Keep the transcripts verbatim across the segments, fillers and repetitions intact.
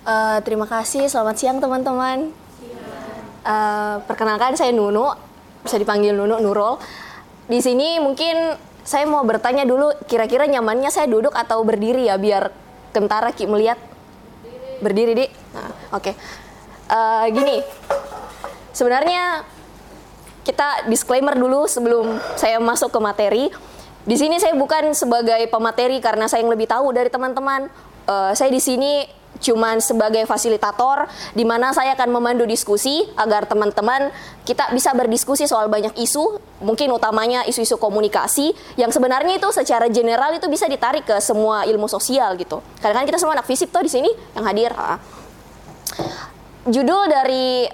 Uh, terima kasih, selamat siang teman-teman. Uh, perkenalkan saya Nunu, bisa dipanggil Nunu, Nurul. Di sini mungkin saya mau bertanya dulu, kira-kira nyamannya saya duduk atau berdiri ya, biar kentara Ki melihat. Berdiri, Di. Nah, oke. Okay. Uh, gini, sebenarnya kita disclaimer dulu sebelum saya masuk ke materi. Di sini saya bukan sebagai pemateri karena saya yang lebih tahu dari teman-teman. Uh, saya di sini cuman sebagai fasilitator di mana saya akan memandu diskusi agar teman-teman kita bisa berdiskusi soal banyak isu, mungkin utamanya isu-isu komunikasi yang sebenarnya itu secara general itu bisa ditarik ke semua ilmu sosial gitu. Karena kan kita semua anak fisip toh di sini yang hadir. Ah. Judul dari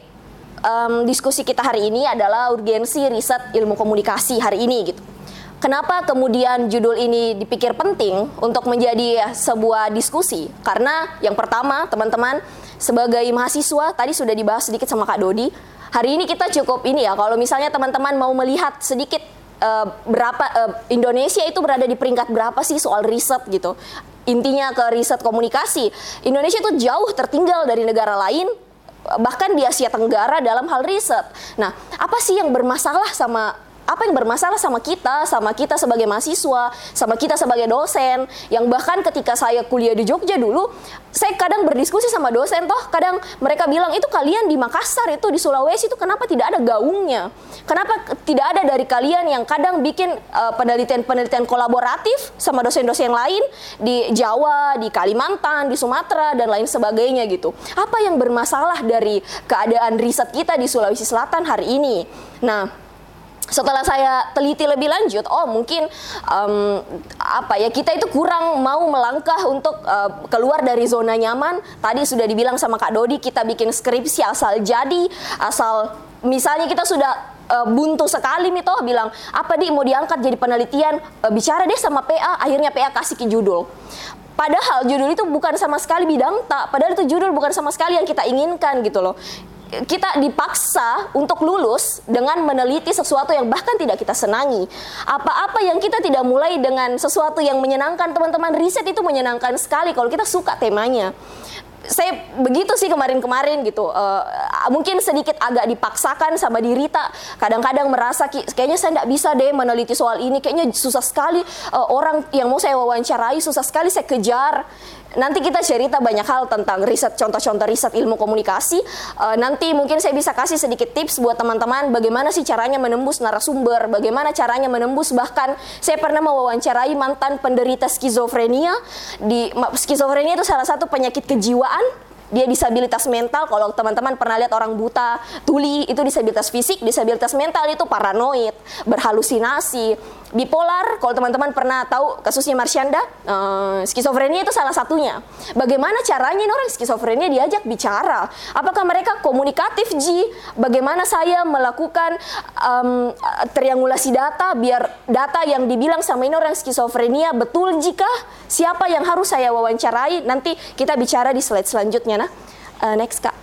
um, diskusi kita hari ini adalah urgensi riset ilmu komunikasi hari ini gitu. Kenapa kemudian judul ini dipikir penting untuk menjadi sebuah diskusi? Karena yang pertama, teman-teman, sebagai mahasiswa, tadi sudah dibahas sedikit sama Kak Dodi, hari ini kita cukup ini ya, kalau misalnya teman-teman mau melihat sedikit uh, berapa uh, Indonesia itu berada di peringkat berapa sih soal riset gitu. Intinya ke riset komunikasi. Indonesia itu jauh tertinggal dari negara lain, bahkan di Asia Tenggara dalam hal riset. Nah, apa sih yang bermasalah sama Apa yang bermasalah sama kita, sama kita sebagai mahasiswa, sama kita sebagai dosen, yang bahkan ketika saya kuliah di Jogja dulu, saya kadang berdiskusi sama dosen, toh kadang mereka bilang, itu kalian di Makassar, itu di Sulawesi, itu kenapa tidak ada gaungnya? Kenapa tidak ada dari kalian yang kadang bikin uh, penelitian-penelitian kolaboratif sama dosen-dosen lain di Jawa, di Kalimantan, di Sumatera, dan lain sebagainya gitu. Apa yang bermasalah dari keadaan riset kita di Sulawesi Selatan hari ini? Nah, setelah saya teliti lebih lanjut, oh mungkin um, apa ya kita itu kurang mau melangkah untuk uh, keluar dari zona nyaman. Tadi sudah dibilang sama Kak Dodi, kita bikin skripsi asal jadi, asal misalnya kita sudah uh, buntu sekali nih toh bilang apa Di mau diangkat jadi penelitian, uh, bicara deh sama P A, akhirnya P A kasih ke judul. Padahal judul itu bukan sama sekali bidang tak, padahal itu judul bukan sama sekali yang kita inginkan gitu loh. Kita dipaksa untuk lulus dengan meneliti sesuatu yang bahkan tidak kita senangi. Apa-apa yang kita tidak mulai dengan sesuatu yang menyenangkan, teman-teman, riset itu menyenangkan sekali kalau kita suka temanya. Saya begitu sih kemarin-kemarin gitu, uh, mungkin sedikit agak dipaksakan sama diri tak. Kadang-kadang merasa kayaknya saya tidak bisa deh meneliti soal ini, kayaknya susah sekali, uh, orang yang mau saya wawancarai susah sekali saya kejar. Nanti kita cerita banyak hal tentang riset, contoh-contoh riset ilmu komunikasi. Uh, nanti mungkin saya bisa kasih sedikit tips buat teman-teman bagaimana sih caranya menembus narasumber, bagaimana caranya menembus, bahkan saya pernah mewawancarai mantan penderita skizofrenia. Di skizofrenia itu salah satu penyakit kejiwaan. Dia disabilitas mental, kalau teman-teman pernah lihat orang buta, tuli, itu disabilitas fisik, disabilitas mental itu paranoid, berhalusinasi, bipolar, kalau teman-teman pernah tahu kasusnya Marsyanda, uh, skizofrenia itu salah satunya. Bagaimana caranya ini orang skizofrenia diajak bicara? Apakah mereka komunikatif, Ji? Bagaimana saya melakukan um, triangulasi data, biar data yang dibilang sama ini orang skizofrenia betul jika? Siapa yang harus saya wawancarai? Nanti kita bicara di slide selanjutnya. Nah, uh, next Kak.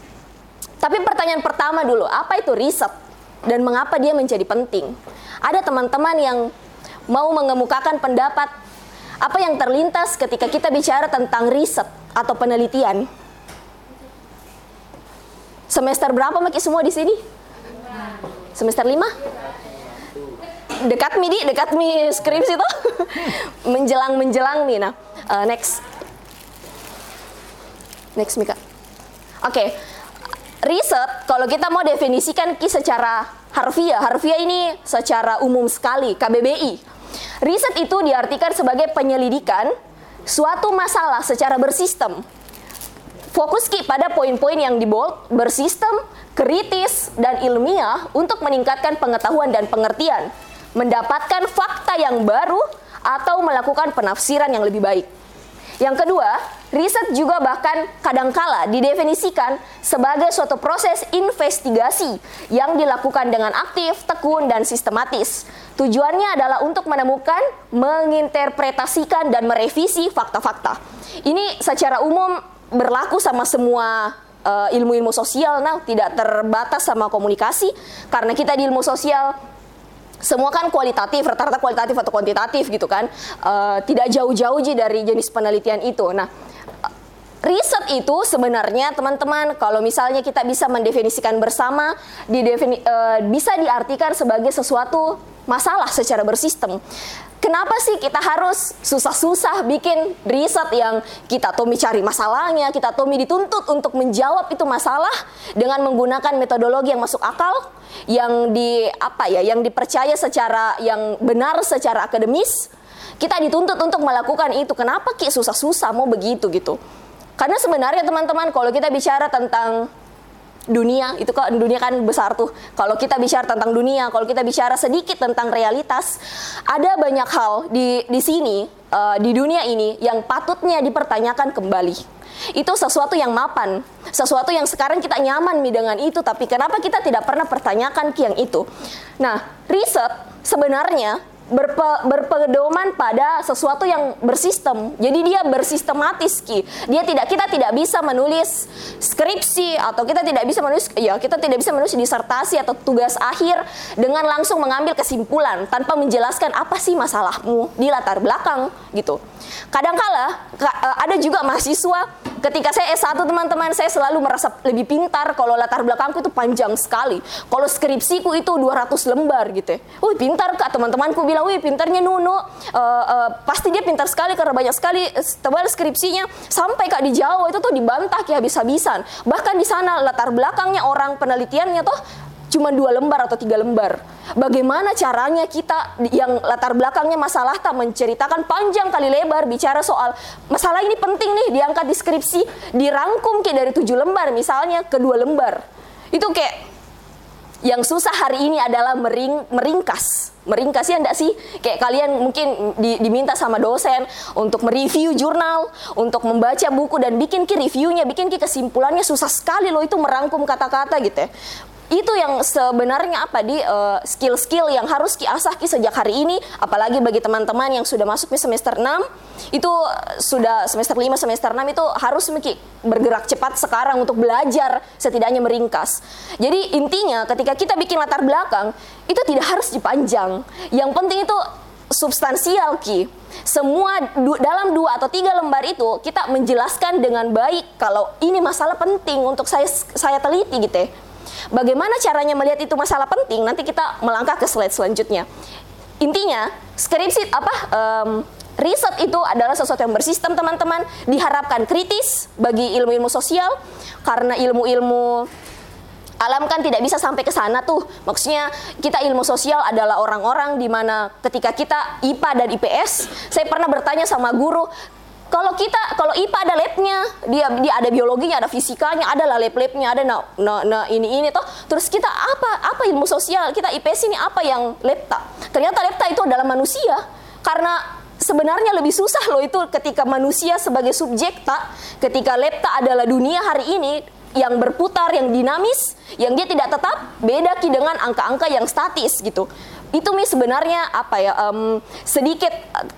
Tapi pertanyaan pertama dulu, apa itu riset dan mengapa dia menjadi penting? Ada teman-teman yang mau mengemukakan pendapat apa yang terlintas ketika kita bicara tentang riset atau penelitian. Semester berapa Maki semua di sini? Semester lima? Dekat mi di, dekat mi skripsi tuh. Menjelang-menjelang nih. Nah, uh, next. Next Mika. Oke, okay. Riset kalau kita mau definisikan ki secara harfiah, harfiah ini secara umum sekali, K B B I. Riset itu diartikan sebagai penyelidikan suatu masalah secara bersistem. Fokus ki pada poin-poin yang di bold, bersistem, kritis, dan ilmiah untuk meningkatkan pengetahuan dan pengertian, mendapatkan fakta yang baru, atau melakukan penafsiran yang lebih baik. Yang kedua, riset juga bahkan kadangkala didefinisikan sebagai suatu proses investigasi yang dilakukan dengan aktif, tekun, dan sistematis. Tujuannya adalah untuk menemukan, menginterpretasikan, dan merevisi fakta-fakta. Ini secara umum berlaku sama semua uh, ilmu-ilmu sosial, nah tidak terbatas sama komunikasi, karena kita di ilmu sosial semua kan kualitatif, rata-rata kualitatif atau kuantitatif gitu kan, uh, tidak jauh-jauh dari jenis penelitian itu. Nah, riset itu sebenarnya teman-teman, kalau misalnya kita bisa mendefinisikan bersama, didefini, uh, bisa diartikan sebagai sesuatu masalah secara bersistem. Kenapa sih kita harus susah-susah bikin riset yang kita Tommy cari masalahnya, kita Tommy dituntut untuk menjawab itu masalah dengan menggunakan metodologi yang masuk akal, yang di apa ya, yang dipercaya secara yang benar secara akademis. Kita dituntut untuk melakukan itu. Kenapa Ki susah-susah mau begitu gitu? Karena sebenarnya teman-teman, kalau kita bicara tentang dunia, itu kok dunia kan besar tuh. Kalau kita bicara tentang dunia, kalau kita bicara sedikit tentang realitas, ada banyak hal di di sini, uh, di dunia ini yang patutnya dipertanyakan kembali. Itu sesuatu yang mapan, sesuatu yang sekarang kita nyaman nih dengan itu, tapi kenapa kita tidak pernah pertanyakan yang itu? Nah, riset sebenarnya Berpe, berpedoman pada sesuatu yang bersistem. Jadi dia bersistematis Ki. Dia tidak kita tidak bisa menulis skripsi atau kita tidak bisa menulis ya kita tidak bisa menulis disertasi atau tugas akhir dengan langsung mengambil kesimpulan tanpa menjelaskan apa sih masalahmu di latar belakang gitu. Kadangkala ada juga mahasiswa ketika saya S satu teman-teman, saya selalu merasa lebih pintar kalau latar belakangku itu panjang sekali. Kalau skripsiku itu dua ratus lembar gitu. Wih, pintar Kak, teman-temanku bilang, wih pintarnya Nunu, uh, uh, pasti dia pintar sekali karena banyak sekali tebal skripsinya. Sampai Kak di Jawa itu tuh dibantah kayak habis-habisan. Bahkan di sana latar belakangnya orang penelitiannya tuh cuma dua lembar atau tiga lembar. Bagaimana caranya kita yang latar belakangnya masalah tak menceritakan panjang kali lebar bicara soal masalah ini penting nih diangkat di skripsi, dirangkum kayak dari tujuh lembar misalnya ke dua lembar. Itu kayak yang susah hari ini adalah mering, meringkas. Meringkas ya enggak sih? Kayak kalian mungkin di, diminta sama dosen untuk mereview jurnal, untuk membaca buku dan bikin ki reviewnya, bikin ki kesimpulannya, susah sekali loh itu merangkum kata-kata gitu ya. Itu yang sebenarnya apa di uh, skill-skill yang harus Ki asah Ki sejak hari ini, apalagi bagi teman-teman yang sudah masuk di semester enam, itu sudah semester lima, semester enam itu harus Ki bergerak cepat sekarang untuk belajar setidaknya meringkas. Jadi intinya ketika kita bikin latar belakang, itu tidak harus dipanjang. Yang penting itu substansial Ki. Semua du dalam dua atau tiga lembar itu kita menjelaskan dengan baik kalau ini masalah penting untuk saya saya teliti gitu ya. Bagaimana caranya melihat itu masalah penting? Nanti kita melangkah ke slide selanjutnya. Intinya, skripsi apa um, riset itu adalah sesuatu yang bersistem teman-teman. Diharapkan kritis bagi ilmu-ilmu sosial karena ilmu-ilmu alam kan tidak bisa sampai ke sana tuh. Maksudnya kita ilmu sosial adalah orang-orang di mana ketika kita I P A dan I P S, saya pernah bertanya sama guru, kalau kita, kalau I P A ada labnya, dia dia ada biologinya, ada fisikanya, ada lah lab-labnya, ada nah, nah, nah ini ini toh. Terus kita apa apa ilmu sosial, kita I P S ini apa yang lepta? Ternyata lepta itu adalah manusia. Karena sebenarnya lebih susah loh itu ketika manusia sebagai subjek tak, ketika lepta adalah dunia hari ini yang berputar, yang dinamis, yang dia tidak tetap, beda Ki dengan angka-angka yang statis gitu. Itu nih sebenarnya apa ya um, sedikit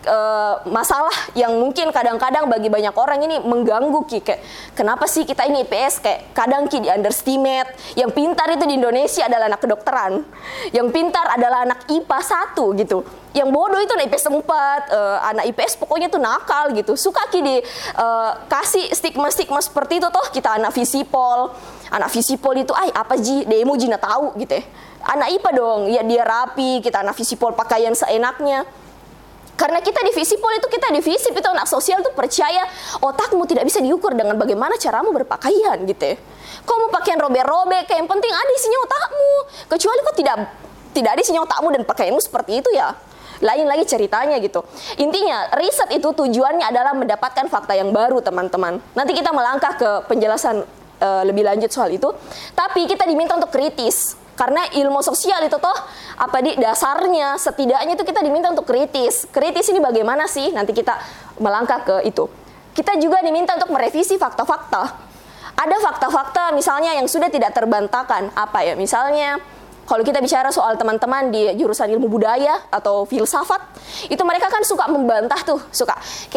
uh, masalah yang mungkin kadang-kadang bagi banyak orang ini mengganggu Ki. Kayak kenapa sih kita ini I P S kayak kadang Ki di underestimate. Yang pintar itu di Indonesia adalah anak kedokteran, yang pintar adalah anak I P A satu gitu. Yang bodoh itu anak I P S empat, uh, anak I P S pokoknya tuh nakal gitu. Suka Ki di uh, kasih stigma-stigma seperti itu toh. Kita anak visipol, anak visipol itu ay apa ji demo ji na tahu gitu ya. Anak I P A dong, ya dia rapi, kita anak visipol pakaian seenaknya. Karena kita di visipol itu, kita di visip itu anak sosial tuh percaya otakmu tidak bisa diukur dengan bagaimana caramu berpakaian gitu ya. Kau mau pakaian robek-robek, kayak yang penting ada isinya otakmu. Kecuali kau tidak tidak ada isinya otakmu dan pakaianmu seperti itu ya. Lain lagi ceritanya gitu. Intinya riset itu tujuannya adalah mendapatkan fakta yang baru teman-teman. Nanti kita melangkah ke penjelasan uh, lebih lanjut soal itu. Tapi kita diminta untuk kritis. Karena ilmu sosial itu toh apa di dasarnya setidaknya itu kita diminta untuk kritis. Kritis ini bagaimana sih? Nanti kita melangkah ke itu. Kita juga diminta untuk merevisi fakta-fakta. Ada fakta-fakta misalnya yang sudah tidak terbantahkan. Apa ya? Misalnya kalau kita bicara soal teman-teman di jurusan ilmu budaya atau filsafat, itu mereka kan suka membantah tuh, suka kayak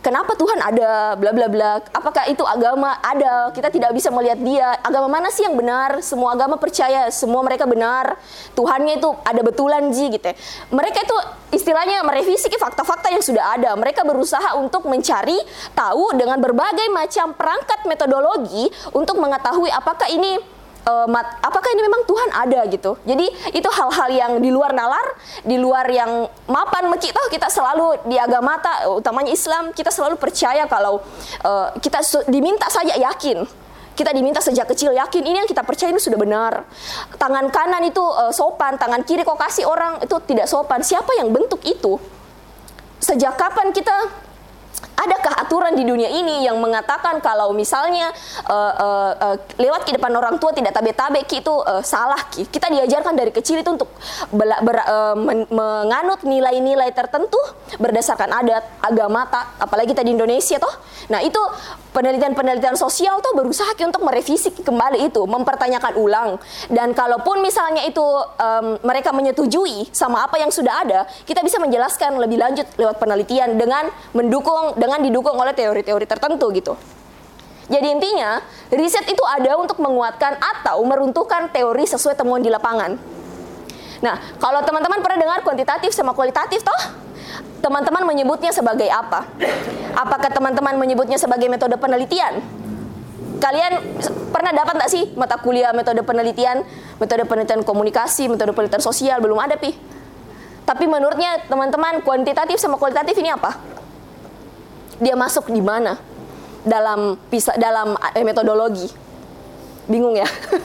kenapa Tuhan ada, bla bla bla. Apakah itu agama? Ada. Kita tidak bisa melihat dia. Agama mana sih yang benar? Semua agama percaya, semua mereka benar. Tuhannya itu ada betulan ji gitu ya. Mereka itu istilahnya merevisi fakta-fakta yang sudah ada. Mereka berusaha untuk mencari tahu dengan berbagai macam perangkat metodologi untuk mengetahui apakah ini Uh, mat, apakah ini memang Tuhan ada gitu. Jadi itu hal-hal yang di luar nalar, di luar yang mapan meki toh kita selalu di agama ta, utamanya Islam, kita selalu percaya kalau uh, kita diminta saja yakin. Kita diminta sejak kecil yakin ini yang kita percaya itu sudah benar. Tangan kanan itu uh, sopan, tangan kiri kok kasih orang itu tidak sopan. Siapa yang bentuk itu? Sejak kapan kita adakah aturan di dunia ini yang mengatakan kalau misalnya uh, uh, uh, lewat ke depan orang tua tidak tabe-tabe ki itu uh, salah ki. Kita diajarkan dari kecil itu untuk bela, ber, uh, men, menganut nilai-nilai tertentu berdasarkan adat, agama, tak, apalagi kita di Indonesia toh. Nah itu penelitian-penelitian sosial tuh berusaha ki untuk merevisi kembali itu, mempertanyakan ulang. Dan kalaupun misalnya itu um, mereka menyetujui sama apa yang sudah ada, kita bisa menjelaskan lebih lanjut lewat penelitian dengan mendukung dengan didukung oleh teori-teori tertentu gitu. Jadi intinya, riset itu ada untuk menguatkan atau meruntuhkan teori sesuai temuan di lapangan. Nah, kalau teman-teman pernah dengar kuantitatif sama kualitatif toh? Teman-teman menyebutnya sebagai apa? Apakah teman-teman menyebutnya sebagai metode penelitian? Kalian pernah dapat nggak sih mata kuliah metode penelitian, metode penelitian komunikasi, metode penelitian sosial? Belum ada, Pi. Tapi menurutnya teman-teman kuantitatif sama kualitatif ini apa? Dia masuk di mana dalam bisa dalam eh, metodologi? Bingung ya?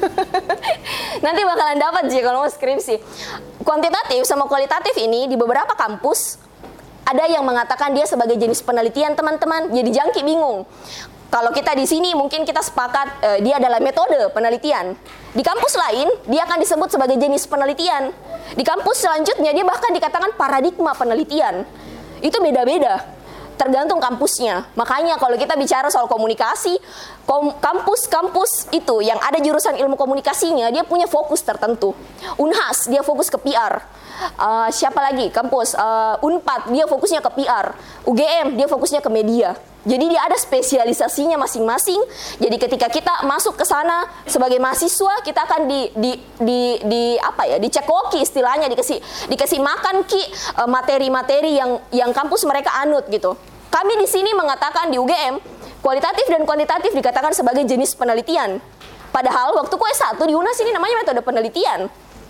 Nanti bakalan dapat sih kalau mau skripsi. Kuantitatif sama kualitatif ini di beberapa kampus ada yang mengatakan dia sebagai jenis penelitian, teman-teman. Jadi jangki bingung. Kalau kita di sini mungkin kita sepakat eh, dia adalah metode penelitian. Di kampus lain dia akan disebut sebagai jenis penelitian. Di kampus selanjutnya dia bahkan dikatakan paradigma penelitian. Itu beda-beda. Tergantung kampusnya. Makanya kalau kita bicara soal komunikasi, kampus-kampus itu yang ada jurusan ilmu komunikasinya, dia punya fokus tertentu. Unhas, dia fokus ke P R. Uh, siapa lagi? Kampus uh, Unpad, dia fokusnya ke P R. U G M, dia fokusnya ke media. Jadi dia ada spesialisasinya masing-masing. Jadi ketika kita masuk ke sana sebagai mahasiswa, kita akan di di di, di apa ya? Dicekoki istilahnya, dikasih dikasih makan ki uh, materi-materi yang yang kampus mereka anut gitu. Kami di sini mengatakan di U G M, kualitatif dan kuantitatif dikatakan sebagai jenis penelitian. Padahal waktu ku S satu di U N A S ini namanya metode penelitian.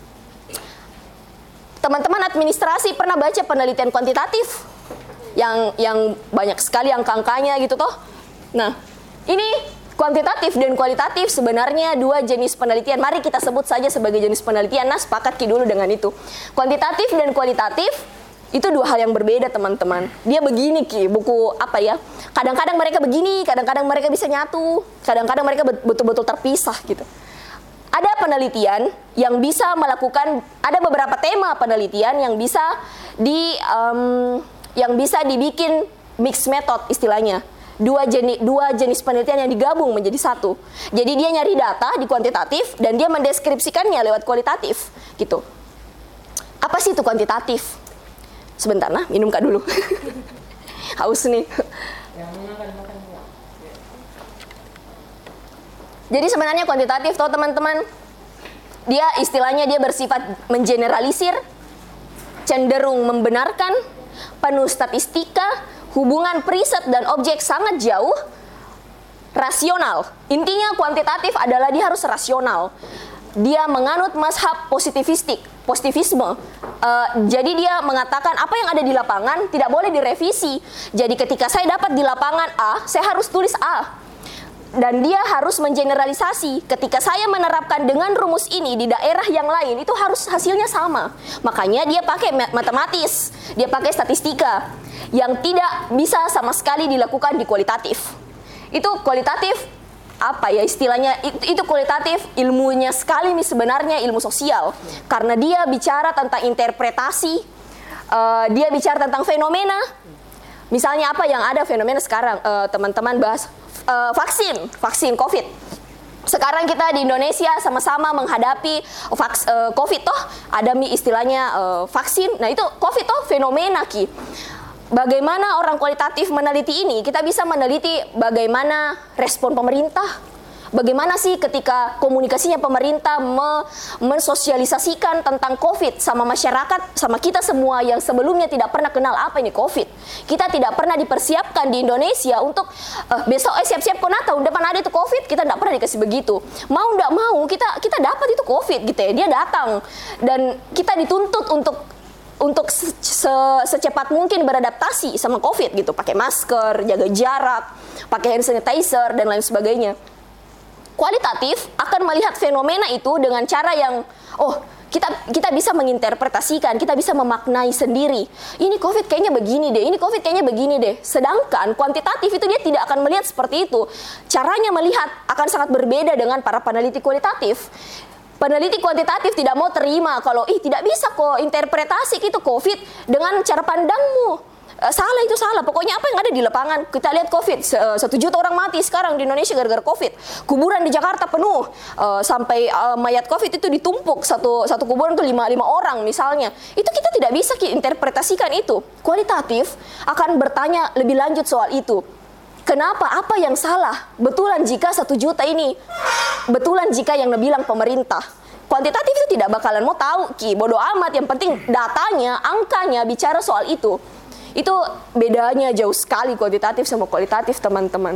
Teman-teman administrasi pernah baca penelitian kuantitatif? Yang yang banyak sekali angka-angkanya gitu toh. Nah, ini kuantitatif dan kualitatif sebenarnya dua jenis penelitian. Mari kita sebut saja sebagai jenis penelitian. Nah, sepakat ki dulu dengan itu. Kuantitatif dan kualitatif itu dua hal yang berbeda, teman-teman. Dia begini ki, buku apa ya? Kadang-kadang mereka begini, kadang-kadang mereka bisa nyatu, kadang-kadang mereka betul-betul terpisah gitu. Ada penelitian yang bisa melakukan, ada beberapa tema penelitian yang bisa di um, yang bisa dibikin mixed method istilahnya. Dua jenis dua jenis penelitian yang digabung menjadi satu. Jadi dia nyari data di kuantitatif dan dia mendeskripsikannya lewat kualitatif gitu. Apa sih itu kuantitatif? Sebentar nah, minum kak dulu. Haus nih. Jadi sebenarnya kuantitatif toh teman-teman, dia istilahnya dia bersifat mengeneralisir, cenderung membenarkan, penuh statistika, hubungan periset dan objek sangat jauh, rasional. Intinya kuantitatif adalah dia harus rasional. Dia menganut mazhab positivistik, positivisme. Uh, jadi dia mengatakan apa yang ada di lapangan tidak boleh direvisi. Jadi ketika saya dapat di lapangan A, saya harus tulis A. Dan dia harus mengeneralisasi. Ketika saya menerapkan dengan rumus ini di daerah yang lain, itu harus hasilnya sama. Makanya dia pakai matematis, dia pakai statistika yang tidak bisa sama sekali dilakukan di kualitatif. Itu kualitatif apa ya istilahnya, itu, itu kualitatif ilmunya sekali nih sebenarnya ilmu sosial. Karena dia bicara tentang interpretasi, uh, dia bicara tentang fenomena. Misalnya apa yang ada fenomena sekarang, uh, teman-teman bahas uh, vaksin, vaksin COVID. Sekarang kita di Indonesia sama-sama menghadapi vaks, uh, COVID toh, ada istilahnya uh, vaksin. Nah itu COVID toh fenomena ki. bagaimana orang kualitatif meneliti ini, kita bisa meneliti bagaimana respon pemerintah. Bagaimana sih ketika komunikasinya pemerintah me mensosialisasikan tentang COVID sama masyarakat, sama kita semua yang sebelumnya tidak pernah kenal apa ini COVID. Kita tidak pernah dipersiapkan di Indonesia untuk uh, besok eh siap-siap kona tahun depan ada itu COVID, kita tidak pernah dikasih begitu. Mau tidak mau kita kita dapat itu COVID gitu ya, dia datang dan kita dituntut untuk untuk se se secepat mungkin beradaptasi sama COVID gitu, pakai masker, jaga jarak, pakai hand sanitizer dan lain sebagainya. Kualitatif akan melihat fenomena itu dengan cara yang, oh kita kita bisa menginterpretasikan, kita bisa memaknai sendiri. Ini COVID kayaknya begini deh, ini COVID kayaknya begini deh. Sedangkan kuantitatif itu dia tidak akan melihat seperti itu. Caranya melihat akan sangat berbeda dengan para peneliti kualitatif. Peneliti kuantitatif tidak mau terima kalau, ih tidak bisa kok interpretasi itu COVID dengan cara pandangmu. Salah itu salah, pokoknya apa yang ada di lapangan. Kita lihat COVID, satu juta orang mati sekarang di Indonesia gara-gara COVID. Kuburan di Jakarta penuh, uh, sampai uh, mayat COVID itu ditumpuk, satu satu kuburan itu lima, lima orang misalnya. Itu kita tidak bisa interpretasikan itu. Kualitatif akan bertanya lebih lanjut soal itu. Kenapa? Apa yang salah? Betulan jika satu juta ini, betulan jika yang bilang pemerintah. Kuantitatif itu tidak bakalan mau tahu, Ki, bodoh amat, yang penting datanya, angkanya bicara soal itu. Itu bedanya jauh sekali kuantitatif sama kualitatif, teman-teman.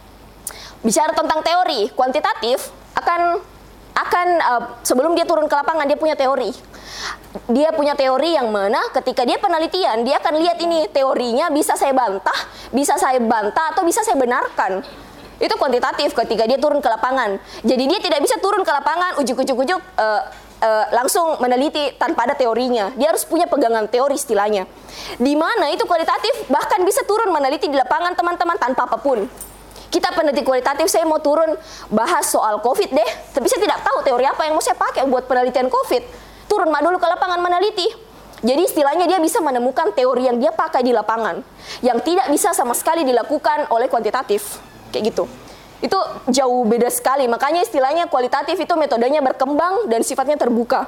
Bicara tentang teori, kuantitatif akan akan uh, sebelum dia turun ke lapangan dia punya teori. Dia punya teori yang mana ketika dia penelitian, dia akan lihat ini teorinya bisa saya bantah, bisa saya bantah atau bisa saya benarkan. Itu kuantitatif ketika dia turun ke lapangan. Jadi dia tidak bisa turun ke lapangan ujuk-ujuk-ujuk uh, Uh, langsung meneliti tanpa ada teorinya. Dia harus punya pegangan teori istilahnya. Di mana itu kualitatif bahkan bisa turun meneliti di lapangan, teman-teman, tanpa apapun. Kita peneliti kualitatif, saya mau turun bahas soal COVID deh, tapi saya tidak tahu teori apa yang mau saya pakai buat penelitian COVID. Turun mak dulu ke lapangan meneliti. Jadi istilahnya dia bisa menemukan teori yang dia pakai di lapangan, yang tidak bisa sama sekali dilakukan oleh kuantitatif. Kayak gitu. Itu jauh beda sekali, makanya istilahnya kualitatif itu metodenya berkembang dan sifatnya terbuka.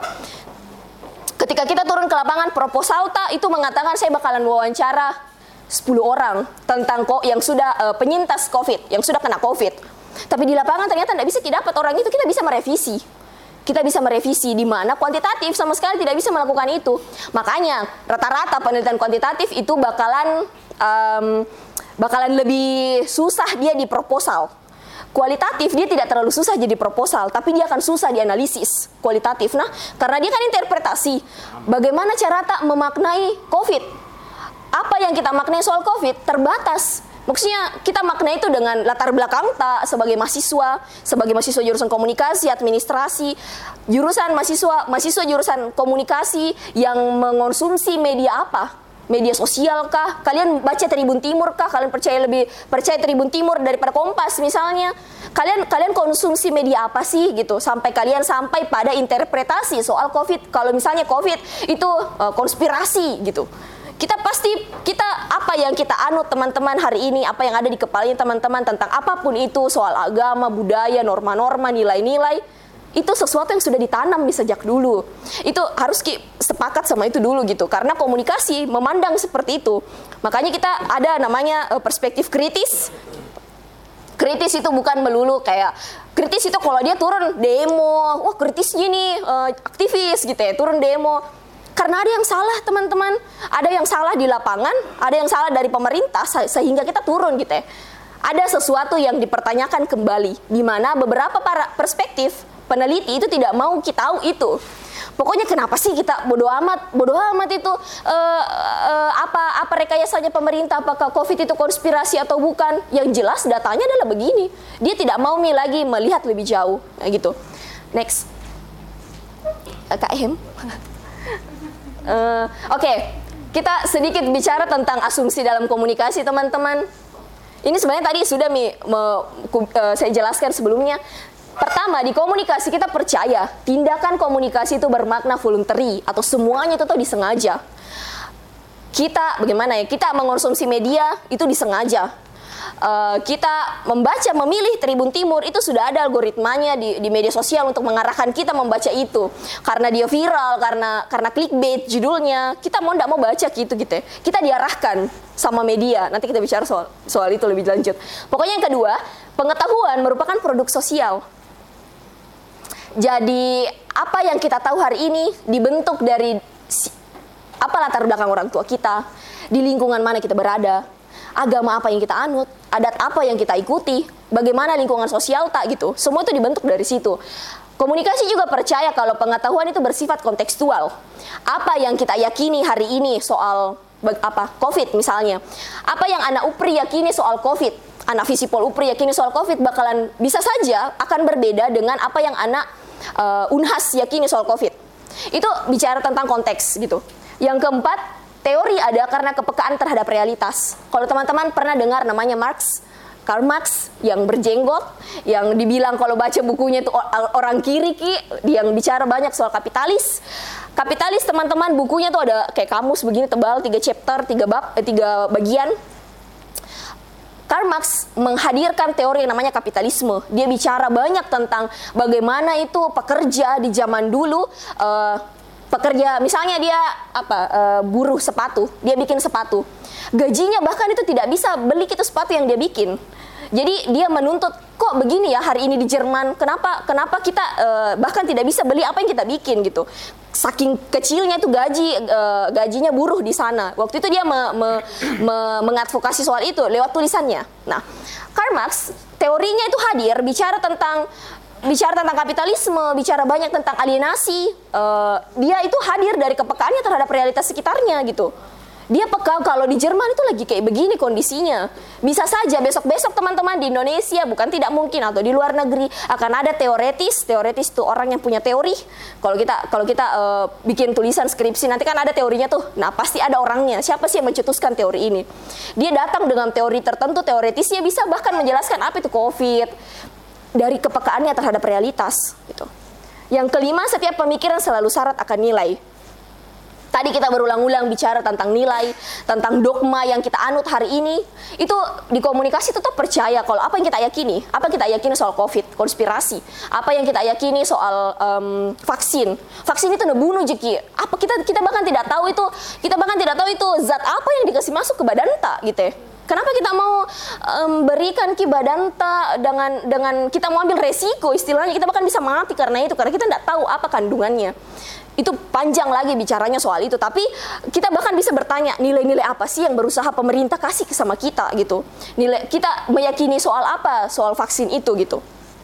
Ketika kita turun ke lapangan, proposal ta itu mengatakan saya bakalan wawancara sepuluh orang tentang kok yang sudah uh, penyintas COVID, yang sudah kena COVID. Tapi di lapangan ternyata tidak bisa kita dapat orang itu, kita bisa merevisi. Kita bisa merevisi di mana kuantitatif sama sekali tidak bisa melakukan itu. Makanya rata-rata penelitian kuantitatif itu bakalan um, bakalan lebih susah dia di proposal. Kualitatif dia tidak terlalu susah jadi proposal, tapi dia akan susah dianalisis kualitatif. Nah, karena dia kan interpretasi. Bagaimana cara tak memaknai COVID? Apa yang kita maknai soal COVID terbatas. Maksudnya kita maknai itu dengan latar belakang tak sebagai mahasiswa, sebagai mahasiswa jurusan komunikasi, administrasi, jurusan mahasiswa mahasiswa jurusan komunikasi yang mengonsumsi media apa? Media sosial kah? Kalian baca Tribun Timur kah? Kalian percaya lebih percaya Tribun Timur daripada Kompas misalnya? Kalian kalian konsumsi media apa sih gitu sampai kalian sampai pada interpretasi soal COVID? Kalau misalnya COVID itu uh, konspirasi gitu. Kita pasti kita apa yang kita anut teman-teman hari ini, apa yang ada di kepalanya teman-teman tentang apapun itu soal agama, budaya, norma-norma, nilai-nilai. Itu sesuatu yang sudah ditanam di sejak dulu. Itu harus ki sepakat sama itu dulu gitu. Karena komunikasi memandang seperti itu. Makanya kita ada namanya uh, perspektif kritis. Kritis itu bukan melulu kayak kritis itu kalau dia turun demo, wah kritisnya nih uh, aktivis gitu ya, turun demo. Karena ada yang salah teman-teman, ada yang salah di lapangan, ada yang salah dari pemerintah sehingga kita turun gitu ya. Ada sesuatu yang dipertanyakan kembali, di mana beberapa para perspektif peneliti itu tidak mau kita tahu itu. Pokoknya kenapa sih kita bodoh amat, bodoh amat itu uh, uh, apa apa rekayasanya pemerintah, apakah COVID itu konspirasi atau bukan? Yang jelas datanya adalah begini. Dia tidak mau nih lagi melihat lebih jauh, nah, gitu. Next, Kak Em. uh, Oke, okay. Kita sedikit bicara tentang asumsi dalam komunikasi, teman-teman. Ini sebenarnya tadi sudah mi, me, ku, uh, saya jelaskan sebelumnya. Pertama, di komunikasi kita percaya tindakan komunikasi itu bermakna voluntary atau semuanya itu tuh disengaja. Kita bagaimana ya? Kita mengonsumsi media itu disengaja. uh, kita membaca, memilih Tribun Timur, itu sudah ada algoritmanya di, di media sosial untuk mengarahkan kita membaca itu. Karena dia viral, karena karena clickbait judulnya, kita mau ndak mau baca gitu gitu ya. Kita diarahkan sama media. Nanti kita bicara soal soal itu lebih lanjut. Pokoknya yang kedua, pengetahuan merupakan produk sosial. Jadi apa yang kita tahu hari ini dibentuk dari apa latar belakang orang tua kita, di lingkungan mana kita berada, agama apa yang kita anut, adat apa yang kita ikuti, bagaimana lingkungan sosial tak gitu. Semua itu dibentuk dari situ. Komunikasi juga percaya kalau pengetahuan itu bersifat kontekstual. Apa yang kita yakini hari ini soal apa COVID misalnya, apa yang anak UPRI yakini soal COVID, anak Visipol UPRI yakini soal COVID bakalan bisa saja akan berbeda dengan apa yang anak uh, Unhas yakini soal COVID. Itu bicara tentang konteks gitu. Yang keempat, teori ada karena kepekaan terhadap realitas. Kalau teman-teman pernah dengar namanya Marx, Karl Marx yang berjenggot, yang dibilang kalau baca bukunya itu orang kiri ki, yang bicara banyak soal kapitalis. Kapitalis teman-teman bukunya tuh ada kayak kamus begini tebal, tiga chapter, tiga bab, eh, tiga bagian. Karl Marx menghadirkan teori yang namanya kapitalisme. Dia bicara banyak tentang bagaimana itu pekerja di zaman dulu. Uh, Pekerja, misalnya dia apa uh, buruh sepatu, dia bikin sepatu, gajinya bahkan itu tidak bisa beli itu sepatu yang dia bikin. Jadi dia menuntut, kok begini ya hari ini di Jerman, kenapa kenapa kita uh, bahkan tidak bisa beli apa yang kita bikin gitu. Saking kecilnya itu gaji uh, gajinya buruh di sana. Waktu itu dia me, me, me, mengadvokasi soal itu lewat tulisannya. Nah, Karl Marx teorinya itu hadir bicara tentang bicara tentang kapitalisme, bicara banyak tentang alienasi. Uh, dia itu hadir dari kepekaannya terhadap realitas sekitarnya gitu. Dia peka kalau di Jerman itu lagi kayak begini kondisinya. Bisa saja besok-besok teman-teman di Indonesia, bukan tidak mungkin, atau di luar negeri akan ada teoretis. Teoretis itu orang yang punya teori. Kalau kita kalau kita uh, bikin tulisan skripsi nanti kan ada teorinya tuh. Nah pasti ada orangnya. Siapa sih yang mencetuskan teori ini? Dia datang dengan teori tertentu, teoretisnya bisa bahkan menjelaskan apa itu COVID. Dari kepekaannya terhadap realitas gitu. Yang kelima, setiap pemikiran selalu syarat akan nilai. Tadi kita berulang-ulang bicara tentang nilai, tentang dogma yang kita anut hari ini. Itu di komunikasi tetap percaya kalau apa yang kita yakini, apa yang kita yakini soal COVID, konspirasi, apa yang kita yakini soal um, vaksin. Vaksin itu ngebunuh jeki. Apa kita kita bahkan tidak tahu itu, kita bahkan tidak tahu itu zat apa yang dikasih masuk ke badan tak gitu ya. Kenapa kita mau um, berikan ki badan tak dengan dengan kita mau ambil resiko istilahnya, kita bahkan bisa mati karena itu, karena kita tidak tahu apa kandungannya. Itu panjang lagi bicaranya soal itu, tapi kita bahkan bisa bertanya nilai-nilai apa sih yang berusaha pemerintah kasih sama kita gitu. Nilai kita meyakini soal apa, soal vaksin itu gitu.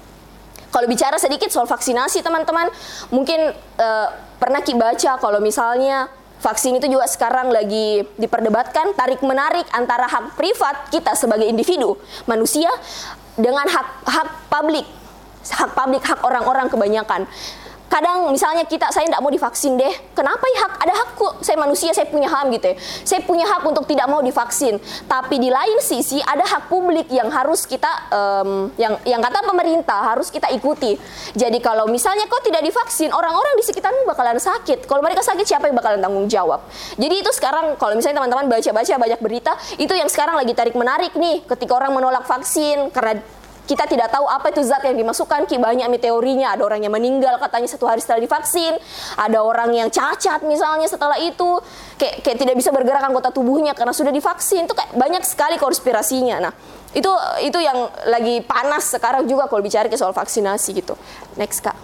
Kalau bicara sedikit soal vaksinasi teman-teman, mungkin uh, pernah ki baca kalau misalnya vaksin itu juga sekarang lagi diperdebatkan tarik-menarik antara hak privat kita sebagai individu manusia dengan hak hak publik, hak publik, hak orang-orang kebanyakan. Kadang misalnya kita, saya tidak mau divaksin deh. Kenapa ya hak? Ada hakku. Saya manusia, saya punya hak gitu ya. Saya punya hak untuk tidak mau divaksin. Tapi di lain sisi ada hak publik yang harus kita, um, yang yang kata pemerintah harus kita ikuti. Jadi kalau misalnya kau tidak divaksin, orang-orang di sekitarmu bakalan sakit. Kalau mereka sakit, siapa yang bakalan tanggung jawab? Jadi itu sekarang kalau misalnya teman-teman baca-baca banyak berita, itu yang sekarang lagi tarik-menarik nih. Ketika orang menolak vaksin karena kita tidak tahu apa itu zat yang dimasukkan, ki banyak teorinya. Ada orang yang meninggal katanya satu hari setelah divaksin, ada orang yang cacat misalnya setelah itu, kayak, kayak tidak bisa bergerak anggota tubuhnya karena sudah divaksin. Itu kayak banyak sekali konspirasinya. Nah, itu itu yang lagi panas sekarang juga kalau bicara soal vaksinasi gitu. Next Kak.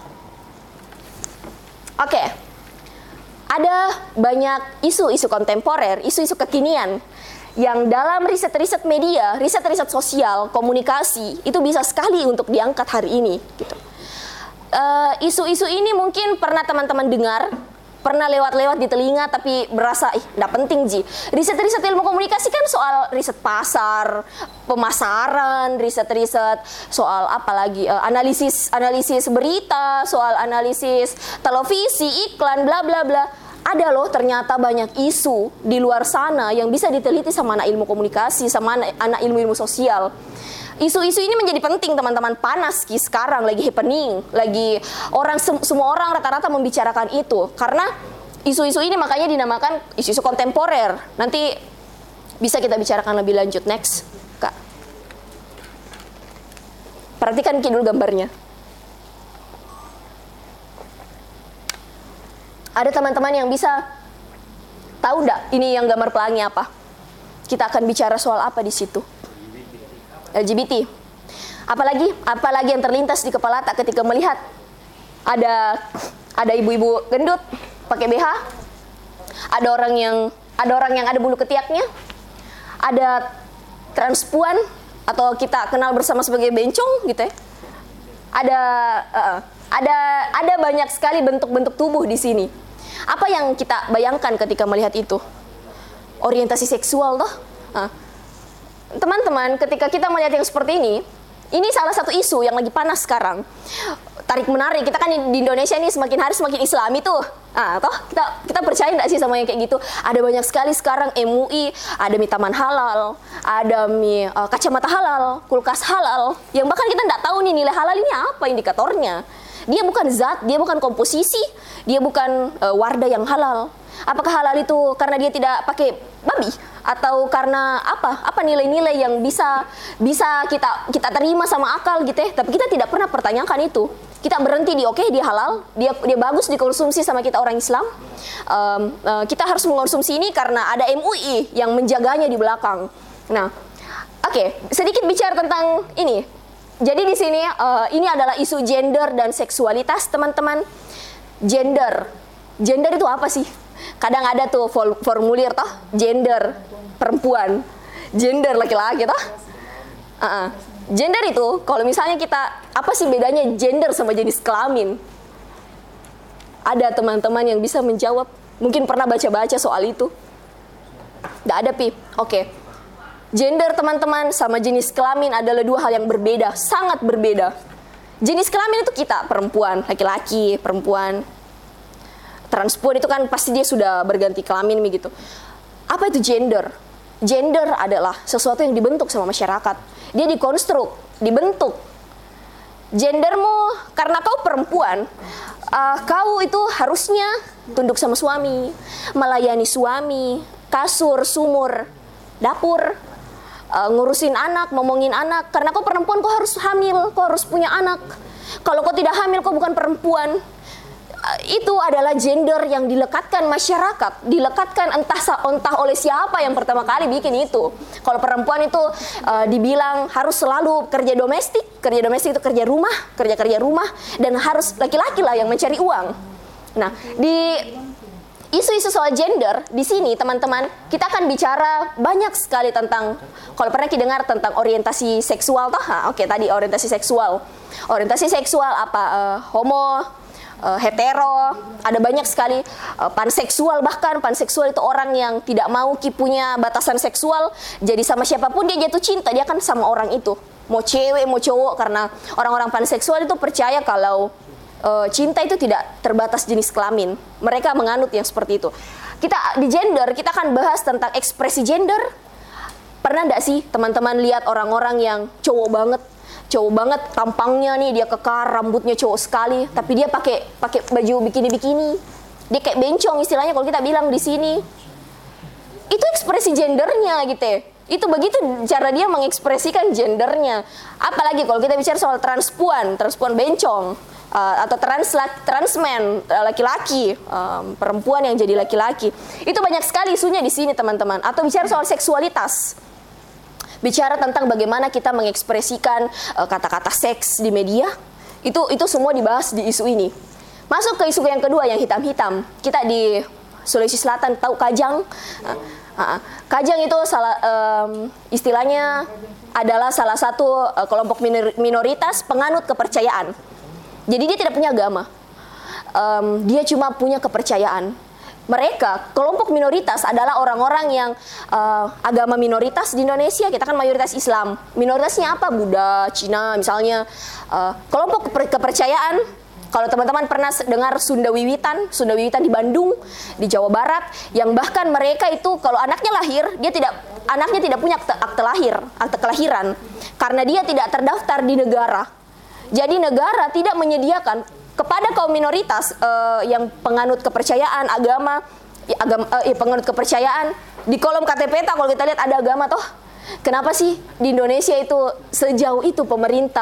Oke. Okay. Ada banyak isu-isu kontemporer, isu-isu kekinian yang dalam riset-riset media, riset-riset sosial, komunikasi itu bisa sekali untuk diangkat hari ini gitu. Uh, isu-isu ini mungkin pernah teman-teman dengar, pernah lewat-lewat di telinga tapi berasa ih nggak penting ji. Riset-riset ilmu komunikasi kan soal riset pasar, pemasaran, riset-riset soal apa lagi, uh, analisis analisis berita, soal analisis televisi, iklan, bla bla bla. Ada loh ternyata banyak isu di luar sana yang bisa diteliti sama anak ilmu komunikasi, sama anak, anak ilmu-ilmu sosial. Isu-isu ini menjadi penting teman-teman, panas ki sekarang, lagi happening, lagi orang sem- semua orang rata-rata membicarakan itu. Karena isu-isu ini makanya dinamakan isu-isu kontemporer. Nanti bisa kita bicarakan lebih lanjut, next Kak. Perhatikan Ki dulu gambarnya. Ada teman-teman yang bisa tahu nggak ini yang gambar pelangi apa? Kita akan bicara soal apa di situ? L G B T. Apalagi, apalagi yang terlintas di kepala tak ketika melihat ada ada ibu-ibu gendut pakai B H, ada orang yang ada orang yang ada bulu ketiaknya, ada transpuan atau kita kenal bersama sebagai bencong gitu ya. Ada uh, ada ada banyak sekali bentuk-bentuk tubuh di sini. Apa yang kita bayangkan ketika melihat itu? Orientasi seksual toh. Nah, teman-teman, ketika kita melihat yang seperti ini, ini salah satu isu yang lagi panas sekarang. Tarik menarik, kita kan di Indonesia ini semakin hari semakin Islami tuh. Ah, toh kita kita percaya nggak sih sama yang kayak gitu? Ada banyak sekali sekarang M U I, ada mie taman halal, ada mie uh, kacamata halal, kulkas halal, yang bahkan kita nggak tahu nih nilai halal ini apa indikatornya. Dia bukan zat, dia bukan komposisi, dia bukan uh, wardah yang halal. Apakah halal itu karena dia tidak pakai babi atau karena apa? Apa nilai-nilai yang bisa bisa kita kita terima sama akal gitu ya? Tapi kita tidak pernah pertanyakan itu. Kita berhenti di oke okay, dia halal, dia dia bagus dikonsumsi sama kita orang Islam. Um, uh, kita harus mengonsumsi ini karena ada M U I yang menjaganya di belakang. Nah, oke, okay, sedikit bicara tentang ini. Jadi di sini uh, ini adalah isu gender dan seksualitas, teman-teman. Gender, gender itu apa sih? Kadang ada tuh formulir toh, gender perempuan, gender laki-laki toh. Uh-uh. Gender itu, kalau misalnya kita, apa sih bedanya gender sama jenis kelamin? Ada teman-teman yang bisa menjawab? Mungkin pernah baca-baca soal itu. Nggak ada, Pi. Oke. Okay. Gender, teman-teman, sama jenis kelamin adalah dua hal yang berbeda, sangat berbeda. Jenis kelamin itu kita, perempuan, laki-laki, perempuan. Transpuan itu kan pasti dia sudah berganti kelamin begitu. Apa itu gender? Gender adalah sesuatu yang dibentuk sama masyarakat. Dia dikonstruk, dibentuk. Gendermu, karena kau perempuan, uh, kau itu harusnya tunduk sama suami, melayani suami, kasur, sumur, dapur, uh, ngurusin anak, ngomongin anak. Karena kau perempuan, kau harus hamil, kau harus punya anak. Kalau kau tidak hamil, kau bukan perempuan. Itu adalah gender yang dilekatkan masyarakat, dilekatkan entah entah oleh siapa yang pertama kali bikin itu. Kalau perempuan itu uh, dibilang harus selalu kerja domestik, kerja domestik itu kerja rumah, kerja-kerja rumah, dan harus laki-laki lah yang mencari uang. Nah, di isu-isu soal gender di sini teman-teman, kita akan bicara banyak sekali tentang, kalau pernah kita dengar tentang orientasi seksual toh, ha, oke tadi orientasi seksual, orientasi seksual apa uh, homo, Uh, hetero, ada banyak sekali uh, panseksual, bahkan panseksual itu orang yang tidak mau ki punya batasan seksual, jadi sama siapapun dia jatuh cinta, dia kan sama orang itu, mau cewek mau cowok, karena orang-orang panseksual itu percaya kalau uh, cinta itu tidak terbatas jenis kelamin, mereka menganut yang seperti itu. Kita di gender, kita akan bahas tentang ekspresi gender. Pernah enggak sih teman-teman lihat orang-orang yang cowok banget, cowok banget tampangnya nih, dia kekar, rambutnya cowok sekali, tapi dia pakai pakai baju bikini-bikini, dia kayak bencong istilahnya kalau kita bilang di sini. Itu ekspresi gendernya gitu ya. Itu begitu cara dia mengekspresikan gendernya. Apalagi kalau kita bicara soal transpuan, transpuan bencong, uh, atau trans transmen, uh, laki-laki, um, perempuan yang jadi laki-laki. Itu banyak sekali isunya di sini teman-teman. Atau bicara soal seksualitas. Bicara tentang bagaimana kita mengekspresikan uh, kata-kata seks di media, itu itu semua dibahas di isu ini. Masuk ke isu yang kedua yang hitam-hitam. Kita di Sulawesi Selatan tahu kajang. Uh, uh, kajang itu salah um, istilahnya adalah salah satu uh, kelompok minor minoritas penganut kepercayaan. Jadi dia tidak punya agama. Um, dia cuma punya kepercayaan. Mereka, kelompok minoritas adalah orang-orang yang uh, agama minoritas di Indonesia, kita kan mayoritas Islam. Minoritasnya apa? Buddha, Cina misalnya. Uh, kelompok keper kepercayaan, kalau teman-teman pernah dengar Sunda Wiwitan, Sunda Wiwitan di Bandung, di Jawa Barat, yang bahkan mereka itu kalau anaknya lahir, dia tidak anaknya tidak punya akte, akte lahir, akte kelahiran, karena dia tidak terdaftar di negara. Jadi negara tidak menyediakan kepada kaum minoritas uh, yang penganut kepercayaan agama, ya, agama uh, ya, penganut kepercayaan di kolom K T P tak kalau kita lihat ada agama toh. Kenapa sih di Indonesia itu sejauh itu pemerintah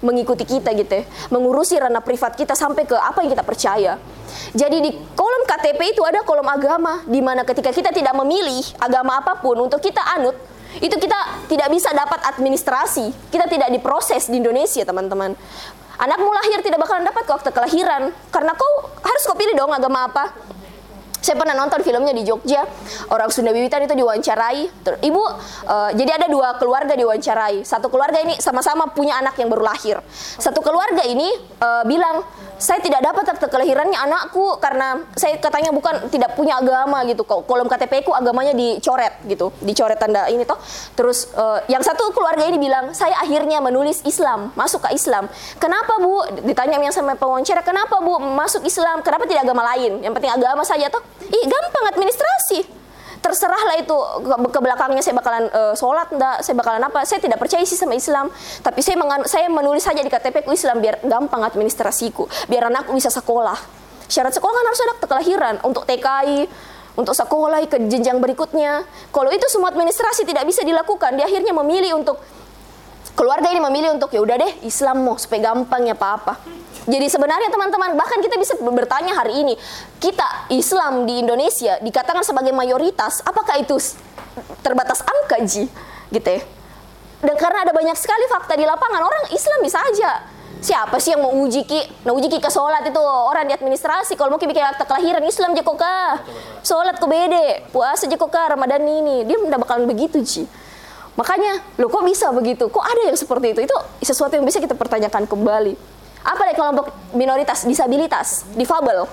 mengikuti kita gitu ya, mengurusi ranah privat kita sampai ke apa yang kita percaya. Jadi di kolom K T P itu ada kolom agama, di mana ketika kita tidak memilih agama apapun untuk kita anut, itu kita tidak bisa dapat administrasi, kita tidak diproses di Indonesia, teman-teman. Anakmu lahir tidak bakalan dapat ke akte kelahiran, karena kau harus kau pilih dong agama apa. Saya pernah nonton filmnya di Jogja, orang Sunda Wiwitan itu diwawancarai. Ibu, uh, jadi ada dua keluarga diwawancarai. Satu keluarga ini sama-sama punya anak yang baru lahir. Satu keluarga ini uh, bilang, saya tidak dapat akte kelahirannya anakku karena saya katanya bukan tidak punya agama gitu. Kolom K T P ku agamanya dicoret gitu, dicoret tanda ini toh. Terus uh, yang satu keluarga ini bilang, saya akhirnya menulis Islam, masuk ke Islam. Kenapa Bu? Ditanya yang sama pewawancara, kenapa Bu masuk Islam? Kenapa tidak agama lain? Yang penting agama saja toh. Ih, gampang administrasi. Terserahlah itu ke, ke belakangnya saya bakalan uh, sholat enggak, saya bakalan apa. Saya tidak percaya sih sama Islam, tapi saya mengan, saya menulis saja di K T P ku Islam biar gampang administrasiku, biar anakku bisa sekolah. Syarat sekolah kan harus ada akte kelahiran untuk T K I, untuk sekolah ke jenjang berikutnya. Kalau itu semua administrasi tidak bisa dilakukan, dia akhirnya memilih untuk keluarga ini memilih untuk ya udah deh Islam mau supaya gampang ya apa-apa. Jadi sebenarnya teman-teman, bahkan kita bisa bertanya hari ini, kita Islam di Indonesia dikatakan sebagai mayoritas, apakah itu terbatas angka Ji? Gitu ya. Dan karena ada banyak sekali fakta di lapangan, orang Islam bisa aja. Siapa sih yang mau uji ki? Nah uji ki ke sholat itu orang di administrasi. Kalau mau ki bikin akte kelahiran Islam je koka. Sholat ko bede, puasa je koka, Ramadan ini. Dia tidak bakalan begitu Ji. Makanya, lo kok bisa begitu? Kok ada yang seperti itu? Itu sesuatu yang bisa kita pertanyakan kembali. Apalagi kelompok minoritas, disabilitas, difabel.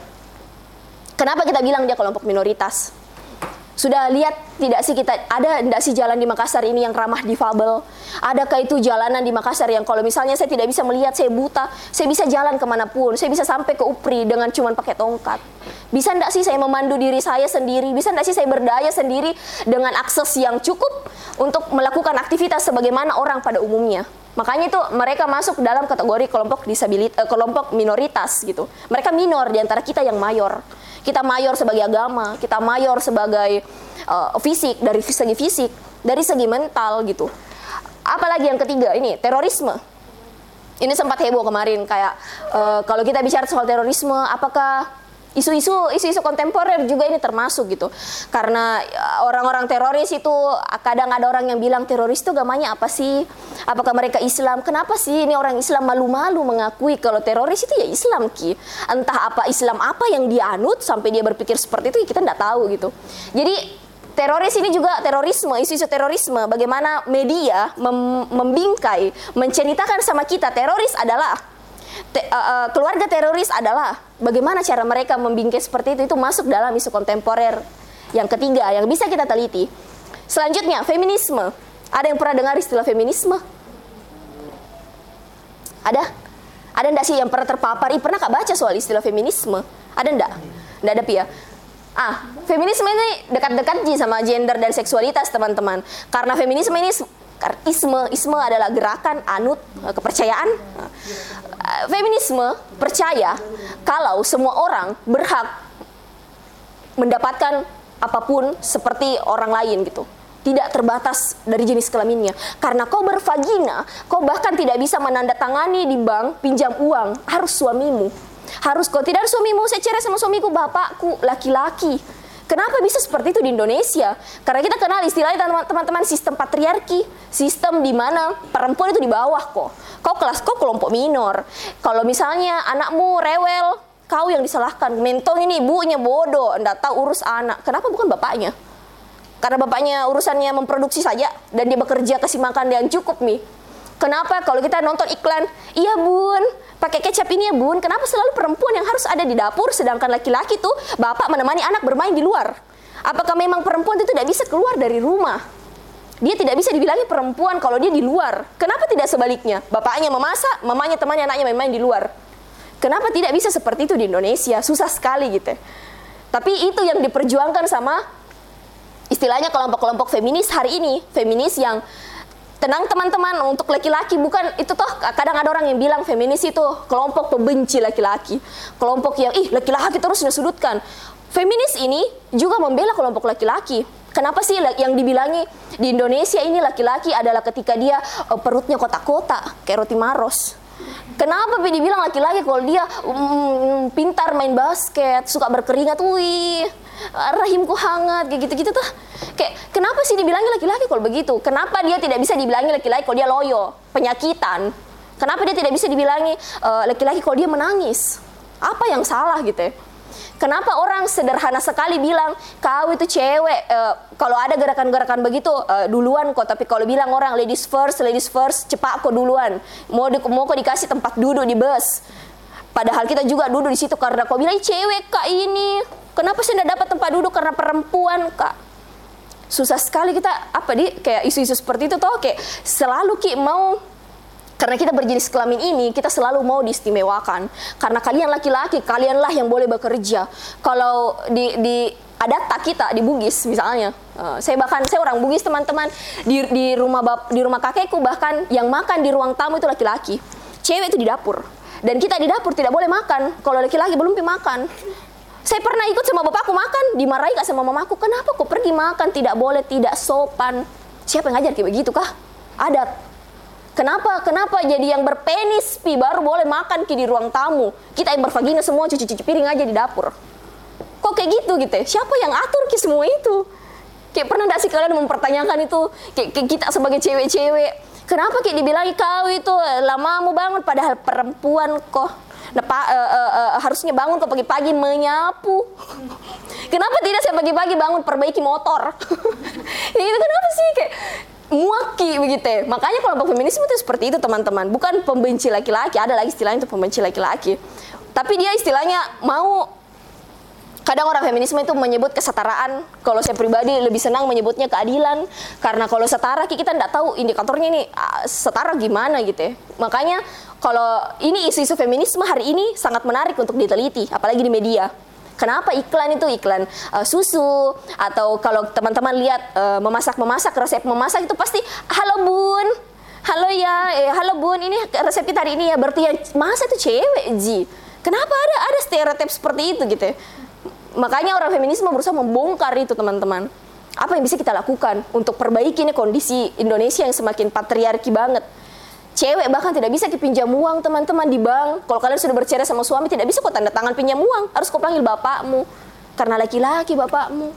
Kenapa kita bilang dia kelompok minoritas? Sudah lihat tidak sih kita, ada tidak sih jalan di Makassar ini yang ramah difabel? Adakah itu jalanan di Makassar yang kalau misalnya saya tidak bisa melihat, saya buta, saya bisa jalan kemanapun, saya bisa sampai ke UPRI dengan cuma pakai tongkat? Bisa enggak sih saya memandu diri saya sendiri? Bisa enggak sih saya berdaya sendiri dengan akses yang cukup untuk melakukan aktivitas sebagaimana orang pada umumnya? Makanya itu mereka masuk dalam kategori kelompok disabilitas, eh, kelompok minoritas gitu. Mereka minor di antara kita yang mayor. Kita mayor sebagai agama, kita mayor sebagai uh, fisik, dari segi fisik, dari segi mental gitu. Apalagi yang ketiga ini terorisme. Ini sempat heboh kemarin kayak uh, kalau kita bicara soal terorisme, apakah isu-isu isu-isu kontemporer juga ini termasuk gitu. Karena orang-orang teroris itu kadang ada orang yang bilang teroris itu agamanya apa sih? Apakah mereka Islam? Kenapa sih ini orang Islam malu-malu mengakui kalau teroris itu ya Islam ki? Entah apa Islam apa yang dia anut sampai dia berpikir seperti itu, kita tidak tahu gitu. Jadi teroris ini juga terorisme, isu-isu terorisme, bagaimana media mem membingkai, menceritakan sama kita teroris adalah Te, uh, uh, keluarga teroris adalah bagaimana cara mereka membingkai seperti itu, itu masuk dalam isu kontemporer yang ketiga yang bisa kita teliti. Selanjutnya, feminisme. Ada yang pernah dengar istilah feminisme? Ada? Ada enggak sih yang pernah terpapar? Ih, pernah kak baca soal istilah feminisme? Ada enggak? Enggak ada Pia? Ah, feminisme ini dekat-dekat sama gender dan seksualitas teman-teman. Karena feminisme ini isme, isme adalah gerakan, anut, kepercayaan. Feminisme percaya kalau semua orang berhak mendapatkan apapun seperti orang lain gitu. Tidak terbatas dari jenis kelaminnya. Karena kau bervagina, kau bahkan tidak bisa menandatangani di bank pinjam uang, harus suamimu. Harus kau tidak harus suamimu, saya cerai sama suamiku, bapakku, laki-laki. Kenapa bisa seperti itu di Indonesia? Karena kita kenal istilahnya teman-teman sistem patriarki, sistem di mana perempuan itu di bawah kok. Kau kelas kau kelompok minor. Kalau misalnya anakmu rewel, kau yang disalahkan. Mentong ini ibunya bodoh, enggak tahu urus anak. Kenapa bukan bapaknya? Karena bapaknya urusannya memproduksi saja dan dia bekerja kasih makan yang cukup nih. Kenapa kalau kita nonton iklan, iya bun, pakai kecap ini ya bun, kenapa selalu perempuan yang harus ada di dapur sedangkan laki-laki tuh bapak menemani anak bermain di luar? Apakah memang perempuan itu tidak bisa keluar dari rumah? Dia tidak bisa dibilangi perempuan kalau dia di luar. Kenapa tidak sebaliknya? Bapaknya memasak, mamanya temani anaknya main-main di luar. Kenapa tidak bisa seperti itu di Indonesia? Susah sekali gitu. Tapi itu yang diperjuangkan sama istilahnya kelompok-kelompok feminis hari ini. Feminis yang tenang teman-teman, untuk laki-laki bukan itu toh, kadang ada orang yang bilang feminis itu kelompok pembenci laki-laki, kelompok yang ih laki-laki terus disudutkan. Feminis ini juga membela kelompok laki-laki. Kenapa sih yang dibilangi di Indonesia ini laki-laki adalah ketika dia uh, perutnya kotak-kotak kayak roti Maros, Kenapa Pi dibilang laki-laki kalau dia mm, pintar main basket, suka berkeringat, wih, rahimku hangat, kayak gitu-gitu tuh. Kayak kenapa sih dibilangnya laki-laki kalau begitu? Kenapa dia tidak bisa dibilangi laki-laki kalau dia loyo, penyakitan? Kenapa dia tidak bisa dibilangi uh, laki-laki kalau dia menangis? Apa yang salah gitu ya? Kenapa orang sederhana sekali bilang kau itu cewek, uh, kalau ada gerakan-gerakan begitu uh, duluan kok, tapi kalau bilang orang ladies first, ladies first, cepat kok duluan. Mau di, mau kok dikasih tempat duduk di bus. Padahal kita juga duduk di situ karena kau bilang cewek kak ini. Kenapa sih tidak dapat tempat duduk karena perempuan kak? Susah sekali kita apa di kayak isu-isu seperti itu toh, kayak selalu ki mau. Karena kita berjenis kelamin ini, kita selalu mau diistimewakan. Karena kalian laki-laki, kalianlah yang boleh bekerja. Kalau di, di adata kita, di Bugis misalnya, uh, saya bahkan, saya orang Bugis teman-teman, di, di, rumah bap, di rumah kakekku bahkan, yang makan di ruang tamu itu laki-laki. Cewek itu di dapur. Dan kita di dapur tidak boleh makan, kalau laki-laki belum pi makan. Saya pernah ikut sama bapakku makan, dimarahi kak sama mamaku, kenapa kok pergi makan, tidak boleh, tidak sopan. Siapa yang ngajar kayak begitu kah? Adat. Kenapa? Kenapa jadi yang berpenis pi baru boleh makan ki di ruang tamu? Kita yang bervagina semua cuci-cuci piring aja di dapur. Kok kayak gitu gitu ya? Siapa yang atur ki semua itu? Kayak pernah gak sih kalian mempertanyakan itu? Kayak, kayak kita sebagai cewek-cewek, kenapa kayak dibilang kau itu lama mau bangun padahal perempuan kok? Nah, pa, uh, uh, uh, harusnya bangun kok pagi-pagi menyapu. Kenapa tidak saya pagi-pagi bangun perbaiki motor? Ya itu kenapa sih kayak muaki begitu ya. Makanya kelompok feminisme itu seperti itu teman-teman. Bukan pembenci laki-laki, ada lagi istilahnya itu pembenci laki-laki. Tapi dia istilahnya mau, kadang orang feminisme itu menyebut kesetaraan. Kalau saya pribadi lebih senang menyebutnya keadilan. Karena kalau setara kita tidak tahu indikatornya ini setara gimana gitu ya. Makanya kalau ini isu-isu feminisme hari ini sangat menarik untuk diteliti, apalagi di media. Kenapa iklan itu iklan uh, susu, atau kalau teman-teman lihat uh, memasak-memasak, resep memasak itu pasti halo bun, halo ya, eh, halo bun, ini resep kita hari ini ya, berarti yang masa itu cewek ji. Kenapa ada ada stereotip seperti itu gitu ya? Makanya orang feminisme berusaha membongkar itu teman-teman. Apa yang bisa kita lakukan untuk perbaiki ini kondisi Indonesia yang semakin patriarki banget. Cewek bahkan tidak bisa dipinjam uang teman-teman di bank. Kalau kalian sudah bercerai sama suami tidak bisa kok tanda tangan pinjam uang. Harus kau panggil bapakmu. Karena laki-laki bapakmu.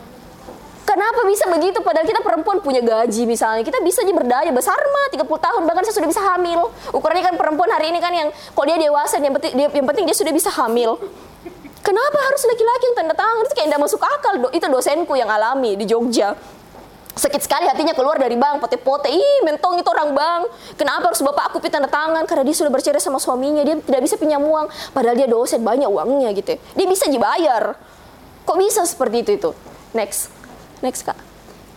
Kenapa bisa begitu? Padahal kita perempuan punya gaji misalnya. Kita bisa aja berdaya besar mah tiga puluh tahun. Bahkan saya sudah bisa hamil. Ukurannya kan perempuan hari ini kan yang kalau dia dewasa yang penting dia, yang penting dia sudah bisa hamil. Kenapa harus laki-laki yang tanda tangan? Itu kayak tidak masuk akal. Itu dosenku yang alami di Jogja. Sakit sekali hatinya keluar dari bank, pote-pote, ih mentong itu orang bank. Kenapa harus bapak aku tanda tangan? Karena dia sudah bercerai sama suaminya, dia tidak bisa pinjam uang. Padahal dia dosen, banyak uangnya gitu. Dia bisa dibayar. Kok bisa seperti itu itu? Next, next kak.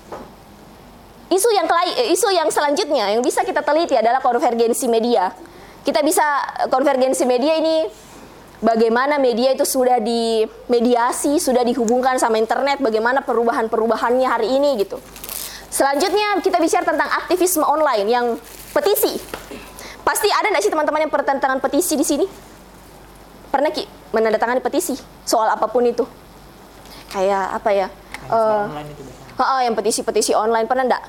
Isu yang kelai, isu yang selanjutnya yang bisa kita teliti adalah konvergensi media. Kita bisa konvergensi media ini. Bagaimana media itu sudah dimediasi, sudah dihubungkan sama internet, bagaimana perubahan-perubahannya hari ini gitu. Selanjutnya kita bicara tentang aktivisme online yang petisi. Pasti ada nggak sih teman-teman yang pertentangan petisi di sini? Pernah Ki menandatangani petisi soal apapun itu? Kayak apa ya? Uh, uh, yang petisi-petisi online pernah nggak?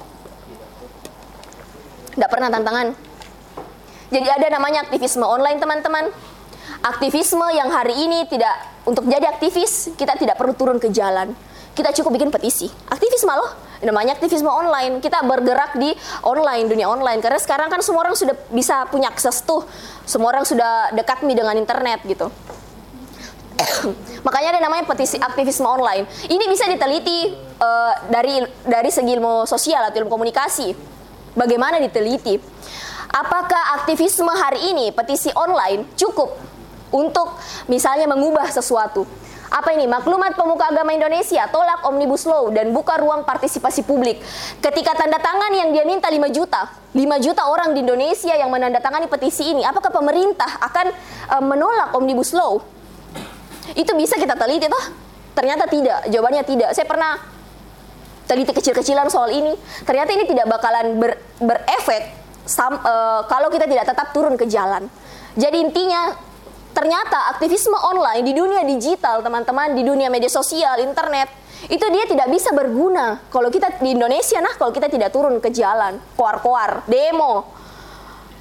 Nggak pernah tantangan. Jadi ada namanya aktivisme online teman-teman. Aktivisme yang hari ini tidak, untuk jadi aktivis kita tidak perlu turun ke jalan. Kita cukup bikin petisi. Aktivisme loh, namanya aktivisme online. Kita bergerak di online, dunia online. Karena sekarang kan semua orang sudah bisa punya akses tuh. Semua orang sudah dekat nih dengan internet gitu. Makanya ada namanya petisi aktivisme online. Ini bisa diteliti uh, dari dari segi ilmu sosial atau ilmu komunikasi. Bagaimana diteliti? Apakah aktivisme hari ini, petisi online, cukup untuk misalnya mengubah sesuatu? Apa ini? Maklumat Pemuka Agama Indonesia tolak Omnibus Law dan buka ruang partisipasi publik. Ketika tanda tangan yang dia minta lima juta, lima juta orang di Indonesia yang menandatangani petisi ini, apakah pemerintah akan uh, menolak Omnibus Law? Itu bisa kita teliti toh? Ternyata tidak, jawabannya tidak. Saya pernah teliti kecil-kecilan soal ini. Ternyata ini tidak bakalan ber, berefek sam, uh, kalau kita tidak tetap turun ke jalan. Jadi intinya ternyata aktivisme online di dunia digital, teman-teman, di dunia media sosial, internet, itu dia tidak bisa berguna kalau kita di Indonesia, nah kalau kita tidak turun ke jalan, koar-koar, demo.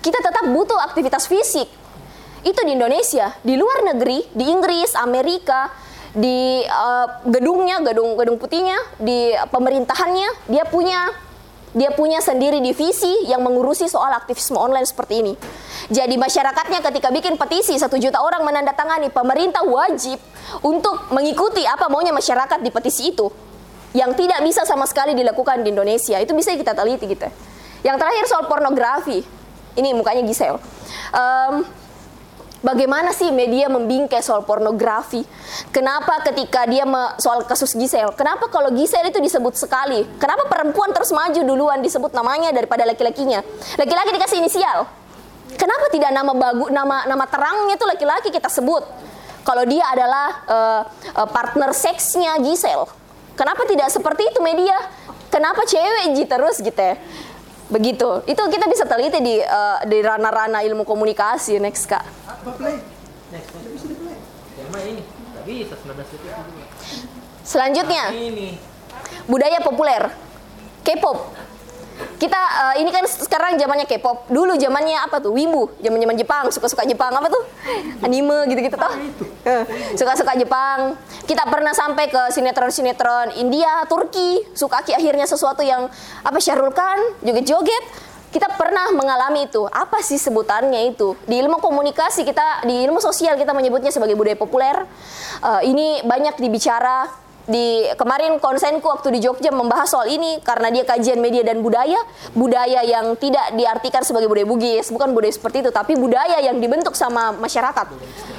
kita tetap butuh aktivitas fisik. Itu di Indonesia, di luar negeri, di Inggris, Amerika, di uh, gedungnya, gedung gedung putihnya, di pemerintahannya, dia punya dia punya sendiri divisi yang mengurusi soal aktivisme online seperti ini. Jadi masyarakatnya ketika bikin petisi satu juta orang menandatangani, pemerintah wajib untuk mengikuti apa maunya masyarakat di petisi itu, yang tidak bisa sama sekali dilakukan di Indonesia. Itu bisa kita teliti gitu. Yang terakhir soal pornografi, ini mukanya Giselle. Um, Bagaimana sih media membingkai soal pornografi? Kenapa ketika dia me, soal kasus Giselle, kenapa kalau Giselle itu disebut sekali? Kenapa perempuan terus maju duluan disebut namanya daripada laki-lakinya? Laki-laki dikasih inisial. Kenapa tidak nama bagu, nama nama terangnya itu laki-laki kita sebut? Kalau dia adalah uh, uh, partner seksnya Giselle. Kenapa tidak seperti itu media? Kenapa cewek ji terus gitu ya? Begitu. Itu kita bisa teliti di uh, di ranah-ranah ilmu komunikasi. Next Kak. Play. Next, bisa di play. Tema ini. Enggak bisa sembilan belas detik juga. Selanjutnya. Nah, ini. Budaya populer. K-pop. Kita uh, ini kan sekarang zamannya K-pop. Dulu zamannya apa tuh? Wibu, zaman-zaman Jepang, suka-suka Jepang apa tuh? Anime gitu-gitu toh. Suka-suka Jepang. Kita pernah sampai ke sinetron-sinetron India, Turki, suka akhirnya sesuatu yang apa Syahrul Khan, joget-joget. Kita pernah mengalami itu. Apa sih sebutannya itu? Di ilmu komunikasi kita, di ilmu sosial kita menyebutnya sebagai budaya populer. Uh, ini banyak dibicara. Di kemarin konsenku waktu di Jogja membahas soal ini karena dia kajian media dan budaya. Budaya yang tidak diartikan sebagai budaya Bugis, bukan budaya seperti itu, tapi budaya yang dibentuk sama masyarakat.